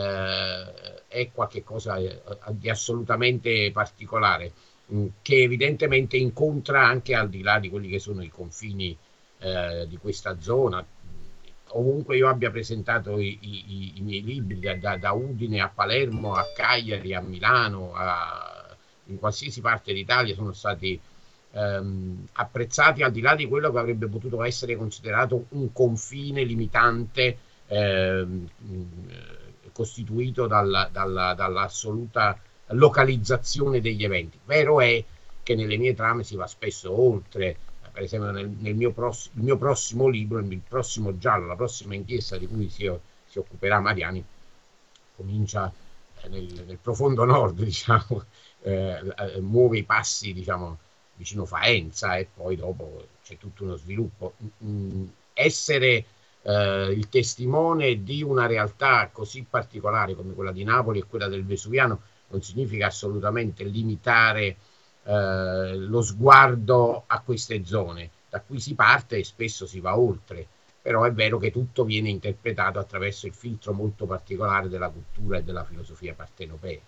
eh, è qualcosa di assolutamente particolare, mh, che evidentemente incontra anche al di là di quelli che sono i confini eh, di questa zona. Ovunque io abbia presentato i, i, i miei libri, da, da Udine a Palermo, a Cagliari, a Milano, a, in qualsiasi parte d'Italia, sono stati Ehm, apprezzati al di là di quello che avrebbe potuto essere considerato un confine limitante ehm, costituito dalla, dalla, dall'assoluta localizzazione degli eventi. Vero è che nelle mie trame si va spesso oltre. Per esempio nel, nel mio, pross- il mio prossimo libro, il prossimo giallo, la prossima inchiesta di cui si, si occuperà Mariani, comincia nel, nel profondo nord, diciamo, eh, muove i passi, diciamo, vicino Faenza, e poi dopo c'è tutto uno sviluppo. Mm, essere eh, il testimone di una realtà così particolare come quella di Napoli e quella del Vesuviano non significa assolutamente limitare eh, lo sguardo a queste zone. Da qui si parte e spesso si va oltre, però è vero che tutto viene interpretato attraverso il filtro molto particolare della cultura e della filosofia partenopea.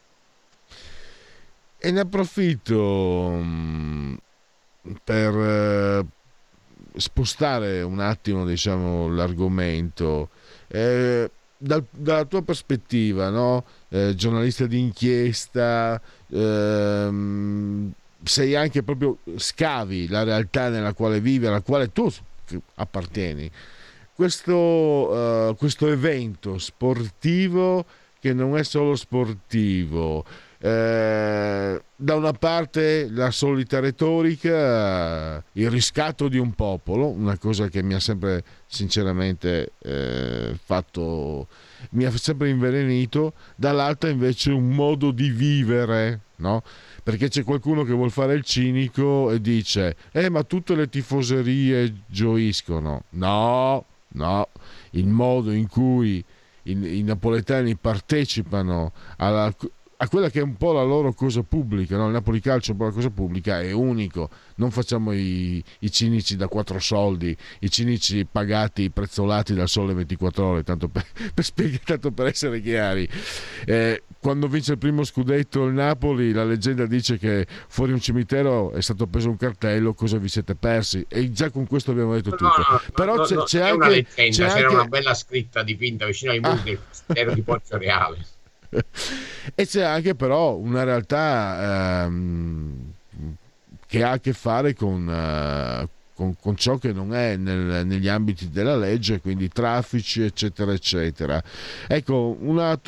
E ne approfitto mh, per eh, spostare un attimo, diciamo, l'argomento. Eh, dal, dalla tua prospettiva, no? Eh, giornalista di inchiesta, ehm, sei anche proprio, scavi la realtà nella quale vivi, alla quale tu appartieni. Questo, uh, questo evento sportivo, che non è solo sportivo, Eh, da una parte la solita retorica, il riscatto di un popolo, una cosa che mi ha sempre sinceramente eh, fatto, mi ha sempre invelenito, dall'altra invece un modo di vivere, no? Perché c'è qualcuno che vuol fare il cinico e dice eh ma tutte le tifoserie gioiscono. No, no, il modo in cui i, i napoletani partecipano alla a quella che è un po' la loro cosa pubblica, no? Il Napoli Calcio è un po' la cosa pubblica, è unico. Non facciamo i, i cinici da quattro soldi, i cinici pagati, prezzolati dal Sole ventiquattro Ore, tanto per, per spiegare, tanto per essere chiari. Eh, quando vince il primo scudetto il Napoli, la leggenda dice che fuori un cimitero è stato preso un cartello: cosa vi siete persi? E già con questo abbiamo detto tutto. No, no, Però no, c'è, no, c'è è anche una leggenda, c'è c'era anche... una bella scritta dipinta vicino ai muri ah. del cimitero di Poggio Reale. E c'è anche però una realtà ehm, che ha a che fare con, uh, con, con ciò che non è nel, negli ambiti della legge, quindi traffici eccetera eccetera. Ecco, una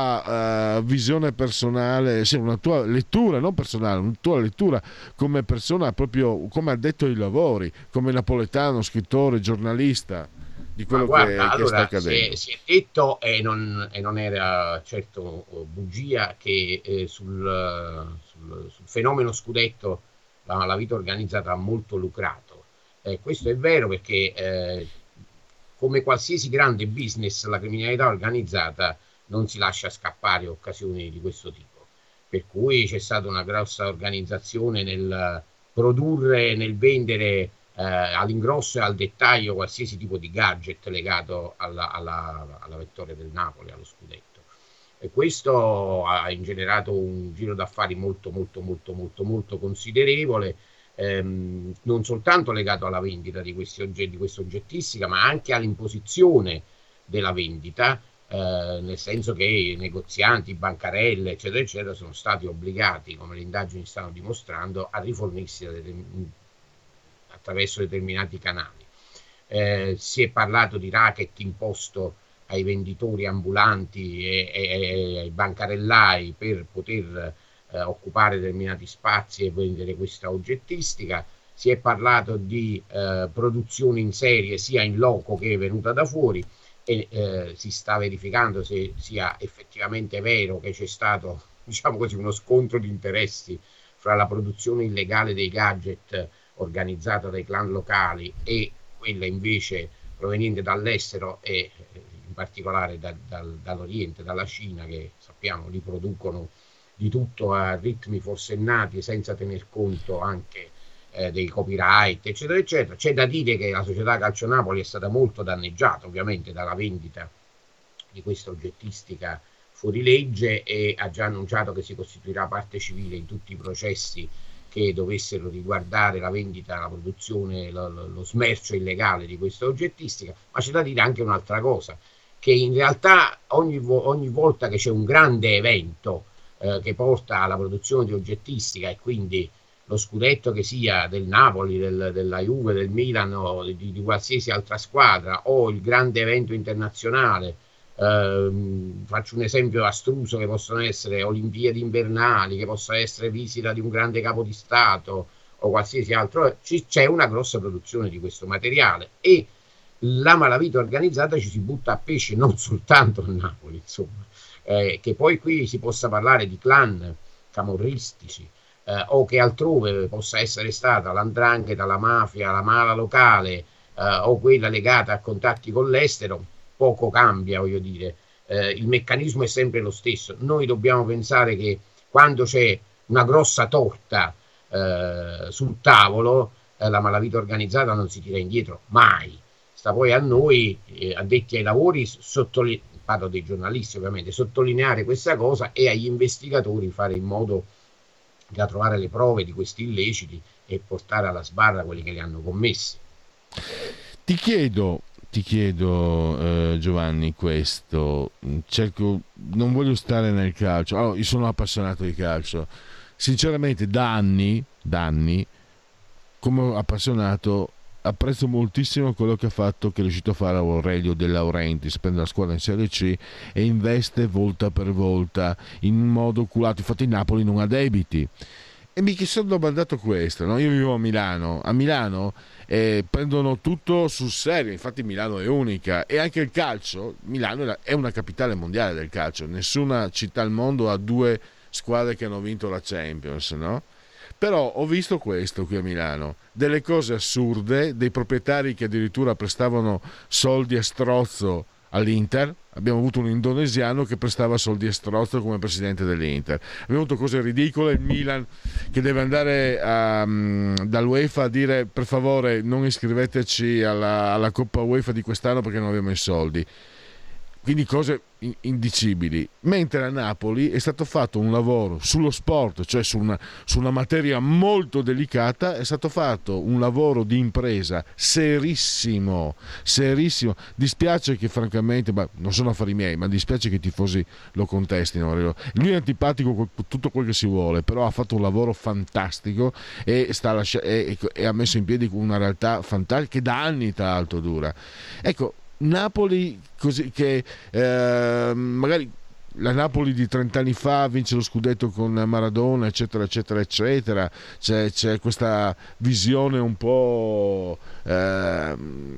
tua uh, visione personale, sì, una tua lettura non personale, una tua lettura come persona, proprio come addetto ai lavori, come napoletano, scrittore, giornalista, di quello guarda, che, allora, che sta accadendo. Si è, si è detto, e non, e non era certo bugia, che eh, sul, sul, sul fenomeno scudetto la, la vita organizzata ha molto lucrato. Eh, questo è vero perché eh, come qualsiasi grande business la criminalità organizzata non si lascia scappare occasioni di questo tipo, per cui c'è stata una grossa organizzazione nel produrre, nel vendere eh, all'ingrosso e al dettaglio qualsiasi tipo di gadget legato alla, alla, alla vittoria del Napoli, allo scudetto, e questo ha ingenerato un giro d'affari molto molto molto molto molto considerevole, ehm, non soltanto legato alla vendita di questi oggetti, di questa oggettistica, ma anche all'imposizione della vendita, eh, nel senso che i negozianti, bancarelle eccetera eccetera sono stati obbligati, come le indagini stanno dimostrando, a rifornirsi da determin- attraverso determinati canali. Eh, si è parlato di racket imposto ai venditori ambulanti e, e, e ai bancarellai per poter eh, occupare determinati spazi e vendere questa oggettistica. Si è parlato di eh, produzione in serie sia in loco che venuta da fuori, e eh, si sta verificando se sia effettivamente vero che c'è stato, diciamo così, uno scontro di interessi fra la produzione illegale dei gadget organizzata dai clan locali e quella invece proveniente dall'estero e in particolare da, dal, dall'Oriente, dalla Cina, che sappiamo li producono di tutto a ritmi forsennati senza tener conto anche eh, dei copyright eccetera eccetera. C'è da dire che la società Calcio Napoli è stata molto danneggiata ovviamente dalla vendita di questa oggettistica fuori legge e ha già annunciato che si costituirà parte civile in tutti i processi che dovessero riguardare la vendita, la produzione, lo, lo, lo smercio illegale di questa oggettistica. Ma c'è da dire anche un'altra cosa, che in realtà ogni, vo- ogni volta che c'è un grande evento eh, che porta alla produzione di oggettistica, e quindi lo scudetto che sia del Napoli, del, della Juve, del Milan o di, di qualsiasi altra squadra, o il grande evento internazionale, Uh, faccio un esempio astruso, che possono essere Olimpiadi invernali, che possa essere visita di un grande capo di Stato o qualsiasi altro, c- c'è una grossa produzione di questo materiale e la malavita organizzata ci si butta a pesce non soltanto a Napoli, insomma, eh, che poi qui si possa parlare di clan camorristici eh, o che altrove possa essere stata l'andrangheta, la mafia, la mala locale eh, o quella legata a contatti con l'estero. Poco cambia, voglio dire, eh, il meccanismo è sempre lo stesso. Noi dobbiamo pensare che quando c'è una grossa torta eh, sul tavolo, eh, la malavita organizzata non si tira indietro mai. Sta poi a noi, eh, addetti ai lavori, sottoli- parlo dei giornalisti ovviamente, sottolineare questa cosa e agli investigatori fare in modo da trovare le prove di questi illeciti e portare alla sbarra quelli che li hanno commessi. Ti chiedo Ti chiedo eh, Giovanni, questo, cerco, non voglio stare nel calcio, allora, io sono appassionato di calcio, sinceramente da anni, da anni come appassionato apprezzo moltissimo quello che ha fatto, che è riuscito a fare Aurelio De Laurentiis, prende la squadra in Serie C e investe volta per volta in un modo oculato, infatti Napoli non ha debiti. E mi sono domandato questo, no? Io vivo a Milano, a Milano eh, prendono tutto sul serio, infatti Milano è unica, e anche il calcio, Milano è una capitale mondiale del calcio, nessuna città al mondo ha due squadre che hanno vinto la Champions, no? Però ho visto questo qui a Milano, delle cose assurde, dei proprietari che addirittura prestavano soldi a strozzo all'Inter. Abbiamo avuto un indonesiano che prestava soldi a strozzo come presidente dell'Inter. Abbiamo avuto cose ridicole, il Milan che deve andare a, um, dall'UEFA a dire per favore non iscriveteci alla, alla Coppa UEFA di quest'anno perché non abbiamo i soldi. quindi cose indicibili, mentre a Napoli è stato fatto un lavoro sullo sport, cioè su una, su una materia molto delicata, è stato fatto un lavoro di impresa serissimo, serissimo. Dispiace che francamente, ma non sono affari miei, ma dispiace che i tifosi lo contestino. Lui è antipatico con tutto quello che si vuole, però ha fatto un lavoro fantastico e, sta lascia- e, e ha messo in piedi una realtà fantastica che da anni tra l'altro dura. Ecco, Napoli, così che eh, magari la Napoli di trent'anni fa vince lo scudetto con Maradona, eccetera eccetera eccetera, c'è, c'è questa visione un po' eh,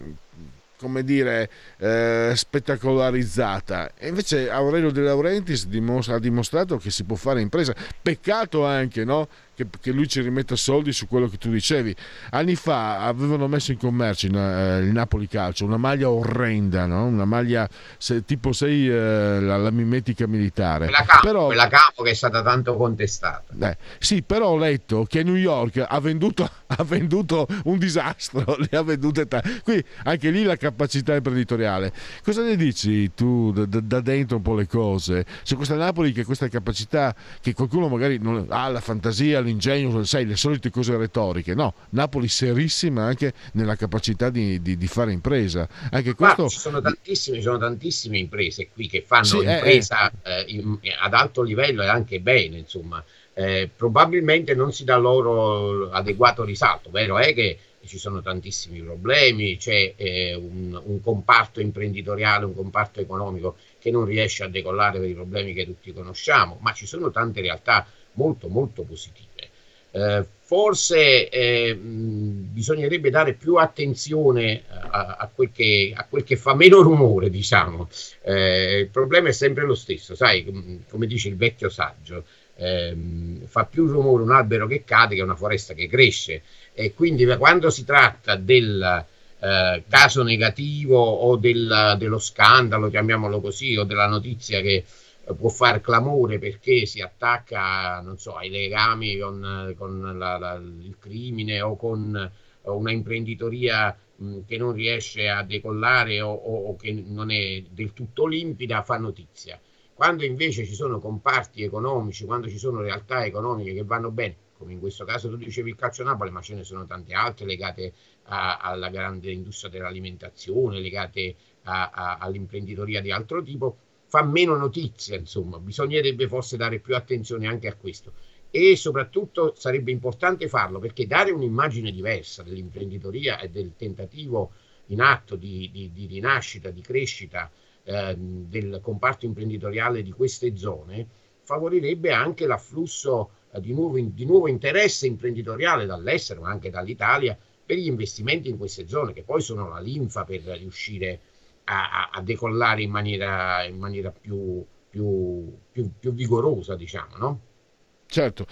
come dire eh, spettacolarizzata, e invece Aurelio De Laurentiis dimostra, ha dimostrato che si può fare impresa. Peccato anche, no? Che, che lui ci rimetta soldi su quello che tu dicevi. Anni fa avevano messo in commercio in, eh, il Napoli Calcio una maglia orrenda, no? Una maglia se, tipo sei eh, la, la mimetica militare, quella campo, però, quella campo che è stata tanto contestata. eh, sì, però ho letto che New York ha venduto, ha venduto un disastro, le ha vendute t- qui anche lì la capacità imprenditoriale. Cosa ne dici tu da, da, da dentro un po' le cose su questa Napoli, che questa capacità che qualcuno magari non ha, la fantasia, l'ingegno, sai, le solite cose retoriche? No, Napoli serissima anche nella capacità di, di, di fare impresa. Anche questo... Ma ci sono tantissime, ci sono tantissime imprese qui che fanno sì, impresa eh, eh, in, ad alto livello e anche bene, insomma. Eh, probabilmente non si dà loro adeguato risalto. Vero è che ci sono tantissimi problemi, c'è eh, un, un comparto imprenditoriale, un comparto economico che non riesce a decollare per i problemi che tutti conosciamo, ma ci sono tante realtà molto molto positive. Eh, forse eh, mh, bisognerebbe dare più attenzione a, a, quel che, a quel che fa meno rumore, diciamo. Eh, il problema è sempre lo stesso, sai, come dice il vecchio saggio, eh, fa più rumore un albero che cade che una foresta che cresce, e quindi quando si tratta del eh, caso negativo o del, dello scandalo, chiamiamolo così, o della notizia che può far clamore perché si attacca, non so, ai legami con, con la, la, il crimine o con una imprenditoria mh, che non riesce a decollare o, o, o che non è del tutto limpida, fa notizia. Quando invece ci sono comparti economici, quando ci sono realtà economiche che vanno bene, come in questo caso tu dicevi il Calcio Napoli, ma ce ne sono tante altre legate a, alla grande industria dell'alimentazione, legate a, a, all'imprenditoria di altro tipo, fa meno notizia, insomma. Bisognerebbe forse dare più attenzione anche a questo, e soprattutto sarebbe importante farlo perché dare un'immagine diversa dell'imprenditoria e del tentativo in atto di, di, di rinascita, di crescita eh, del comparto imprenditoriale di queste zone favorirebbe anche l'afflusso eh, di, nuovo, di nuovo interesse imprenditoriale dall'estero, ma anche dall'Italia, per gli investimenti in queste zone, che poi sono la linfa per riuscire A, a decollare in maniera, in maniera più, più, più, più vigorosa, diciamo, no? Certo.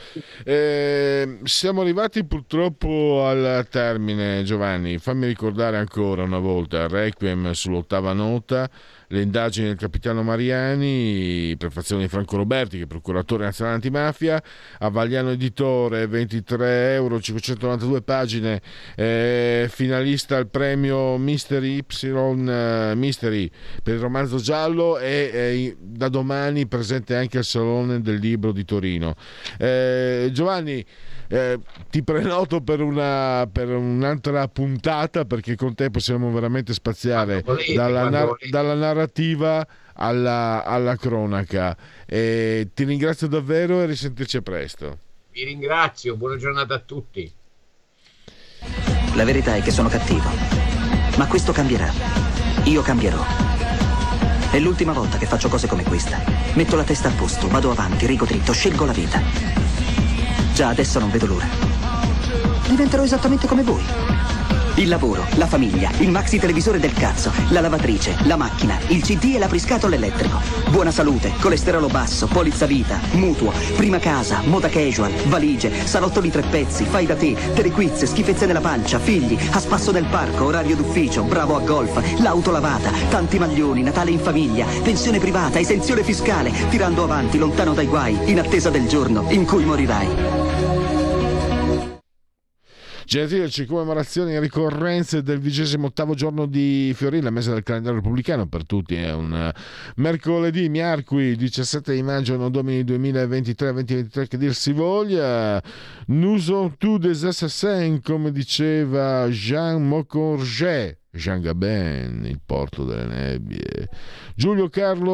Eh, siamo arrivati purtroppo al termine, Giovanni. Fammi ricordare ancora una volta Requiem sull'ottava nota, le indagini del capitano Mariani, prefazione di Franco Roberti, che è procuratore nazionale antimafia, Avagliano editore, ventitré euro, cinquecentonovantadue pagine, eh, finalista al premio Mystery Y eh, Mystery per il romanzo giallo, e eh, da domani presente anche al Salone del Libro di Torino. Eh, Giovanni, eh, ti prenoto per, una, per un'altra puntata, perché con te possiamo veramente spaziare volete, dalla, nar- dalla narrativa alla, alla cronaca. Eh, ti ringrazio davvero e risentirci a presto. Vi ringrazio, buona giornata a tutti. La verità è che sono cattivo, ma questo cambierà. Io cambierò. È l'ultima volta che faccio cose come questa. Metto la testa a posto, vado avanti, rigo dritto, scelgo la vita. Già adesso non vedo l'ora. Diventerò esattamente come voi. Il lavoro, la famiglia, il maxi televisore del cazzo, la lavatrice, la macchina, il C D e l'apriscatole elettrico. Buona salute, colesterolo basso, polizza vita, mutuo, prima casa, moda casual, valigie, salottoli tre pezzi, fai da te, telequiz, schifezze nella pancia, figli, a spasso nel parco, orario d'ufficio, bravo a golf, l'auto lavata, tanti maglioni, Natale in famiglia, pensione privata, esenzione fiscale, tirando avanti, lontano dai guai, in attesa del giorno in cui morirai. Genetriaci, commemorazioni e ricorrenze del vigesimo ottavo giorno di Fiorile, mese del calendario repubblicano, per tutti è un mercoledì, miarqui, diciassette di maggio, non domini duemilaventitré duemilaventitré, che dir si voglia. Nous sommes tous des assassins, come diceva Jean Moccourget. Jean Gabin, il porto delle nebbie. Giulio Carlo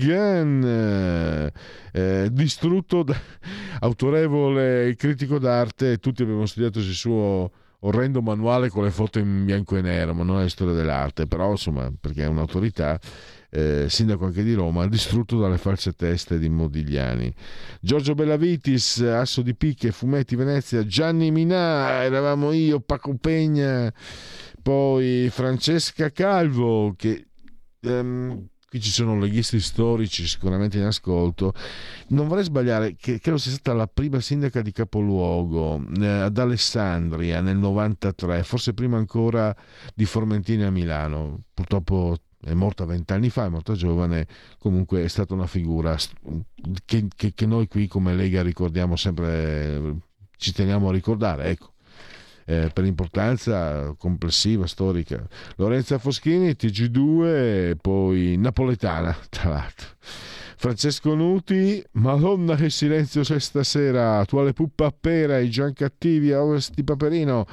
Argan, eh, distrutto da autorevole critico d'arte. Tutti abbiamo studiato il suo orrendo manuale con le foto in bianco e nero, ma non è la storia dell'arte, però insomma, perché è un'autorità, eh, sindaco anche di Roma, distrutto dalle false teste di Modigliani. Giorgio Bellavitis, Asso di Picche, Fumetti Venezia. Gianni Minà, eravamo io, Paco Pegna. Poi Francesca Calvo, che um, qui ci sono leghisti storici sicuramente in ascolto. Non vorrei sbagliare, che credo sia stata la prima sindaca di capoluogo eh, ad Alessandria nel novantatré, forse prima ancora di Formentini a Milano. Purtroppo è morta vent'anni fa, è morta giovane. Comunque è stata una figura che, che, che noi qui come Lega ricordiamo sempre, ci teniamo a ricordare, ecco. Eh, per importanza complessiva, storica. Lorenza Foschini, T G due, poi napoletana, tra l'altro. Francesco Nuti, Madonna che silenzio c'è stasera, attuale puppa a pera, i Giancattivi a Ovest di Paperino.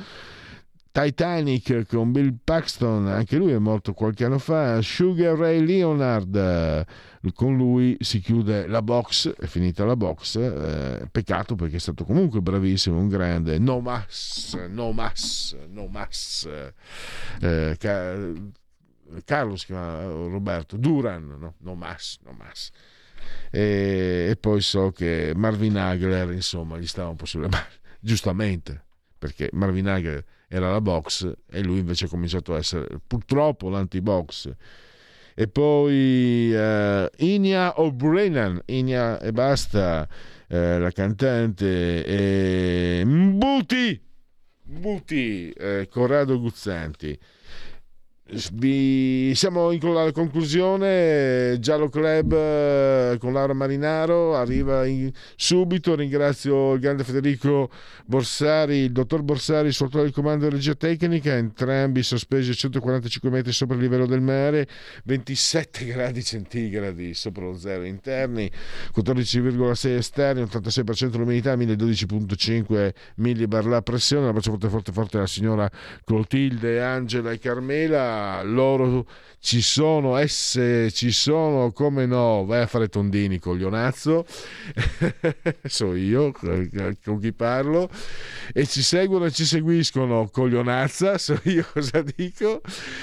Titanic con Bill Paxton, anche lui è morto qualche anno fa. Sugar Ray Leonard, con lui si chiude la box, è finita la box, eh, peccato perché è stato comunque bravissimo, un grande. No mas, no mas, no mas. Eh, Ca- Carlo si chiama, Roberto Duran, no, no mas, no mas. E, e poi so che Marvin Hagler, insomma, gli stava un po' sulle mani, giustamente, perché Marvin Hagler era la box e lui invece ha cominciato a essere purtroppo l'anti-box. E poi uh, Inia O'Brien, Inia e basta, uh, la cantante, e Mbuti Mbuti, eh, Corrado Guzzanti. Vi siamo in alla conclusione. Giallo Club eh, con Laura Marinaro arriva in, subito. Ringrazio il grande Federico Borsari, il dottor Borsari, sotto il comando di regia tecnica, entrambi sospesi a centoquarantacinque metri sopra il livello del mare, ventisette gradi centigradi sopra lo zero interni, quattordici virgola sei esterni, ottantasei per cento l'umidità, mille dodici virgola cinque millibar la pressione. Un abbraccio forte forte forte alla signora Clotilde, Angela e Carmela. Loro ci sono, esse ci sono, come no, vai a fare tondini, coglionazzo. So io con chi parlo, e ci seguono e ci seguiscono, coglionazza, so io cosa dico.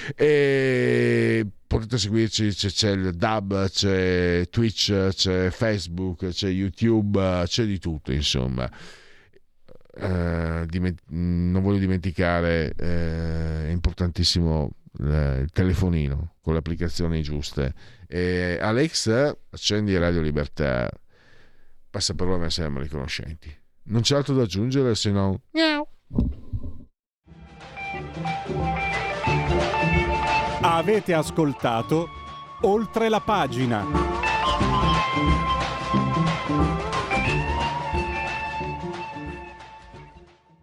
E potete seguirci, c'è, c'è il Dub, c'è Twitch, c'è Facebook, c'è YouTube, c'è di tutto, insomma. Uh, diment- non voglio dimenticare, uh, è importantissimo il telefonino con le applicazioni giuste. E Alexa, accendi Radio Libertà, passa per me, siamo riconoscenti. Non c'è altro da aggiungere se non miau. Avete ascoltato Oltre la pagina.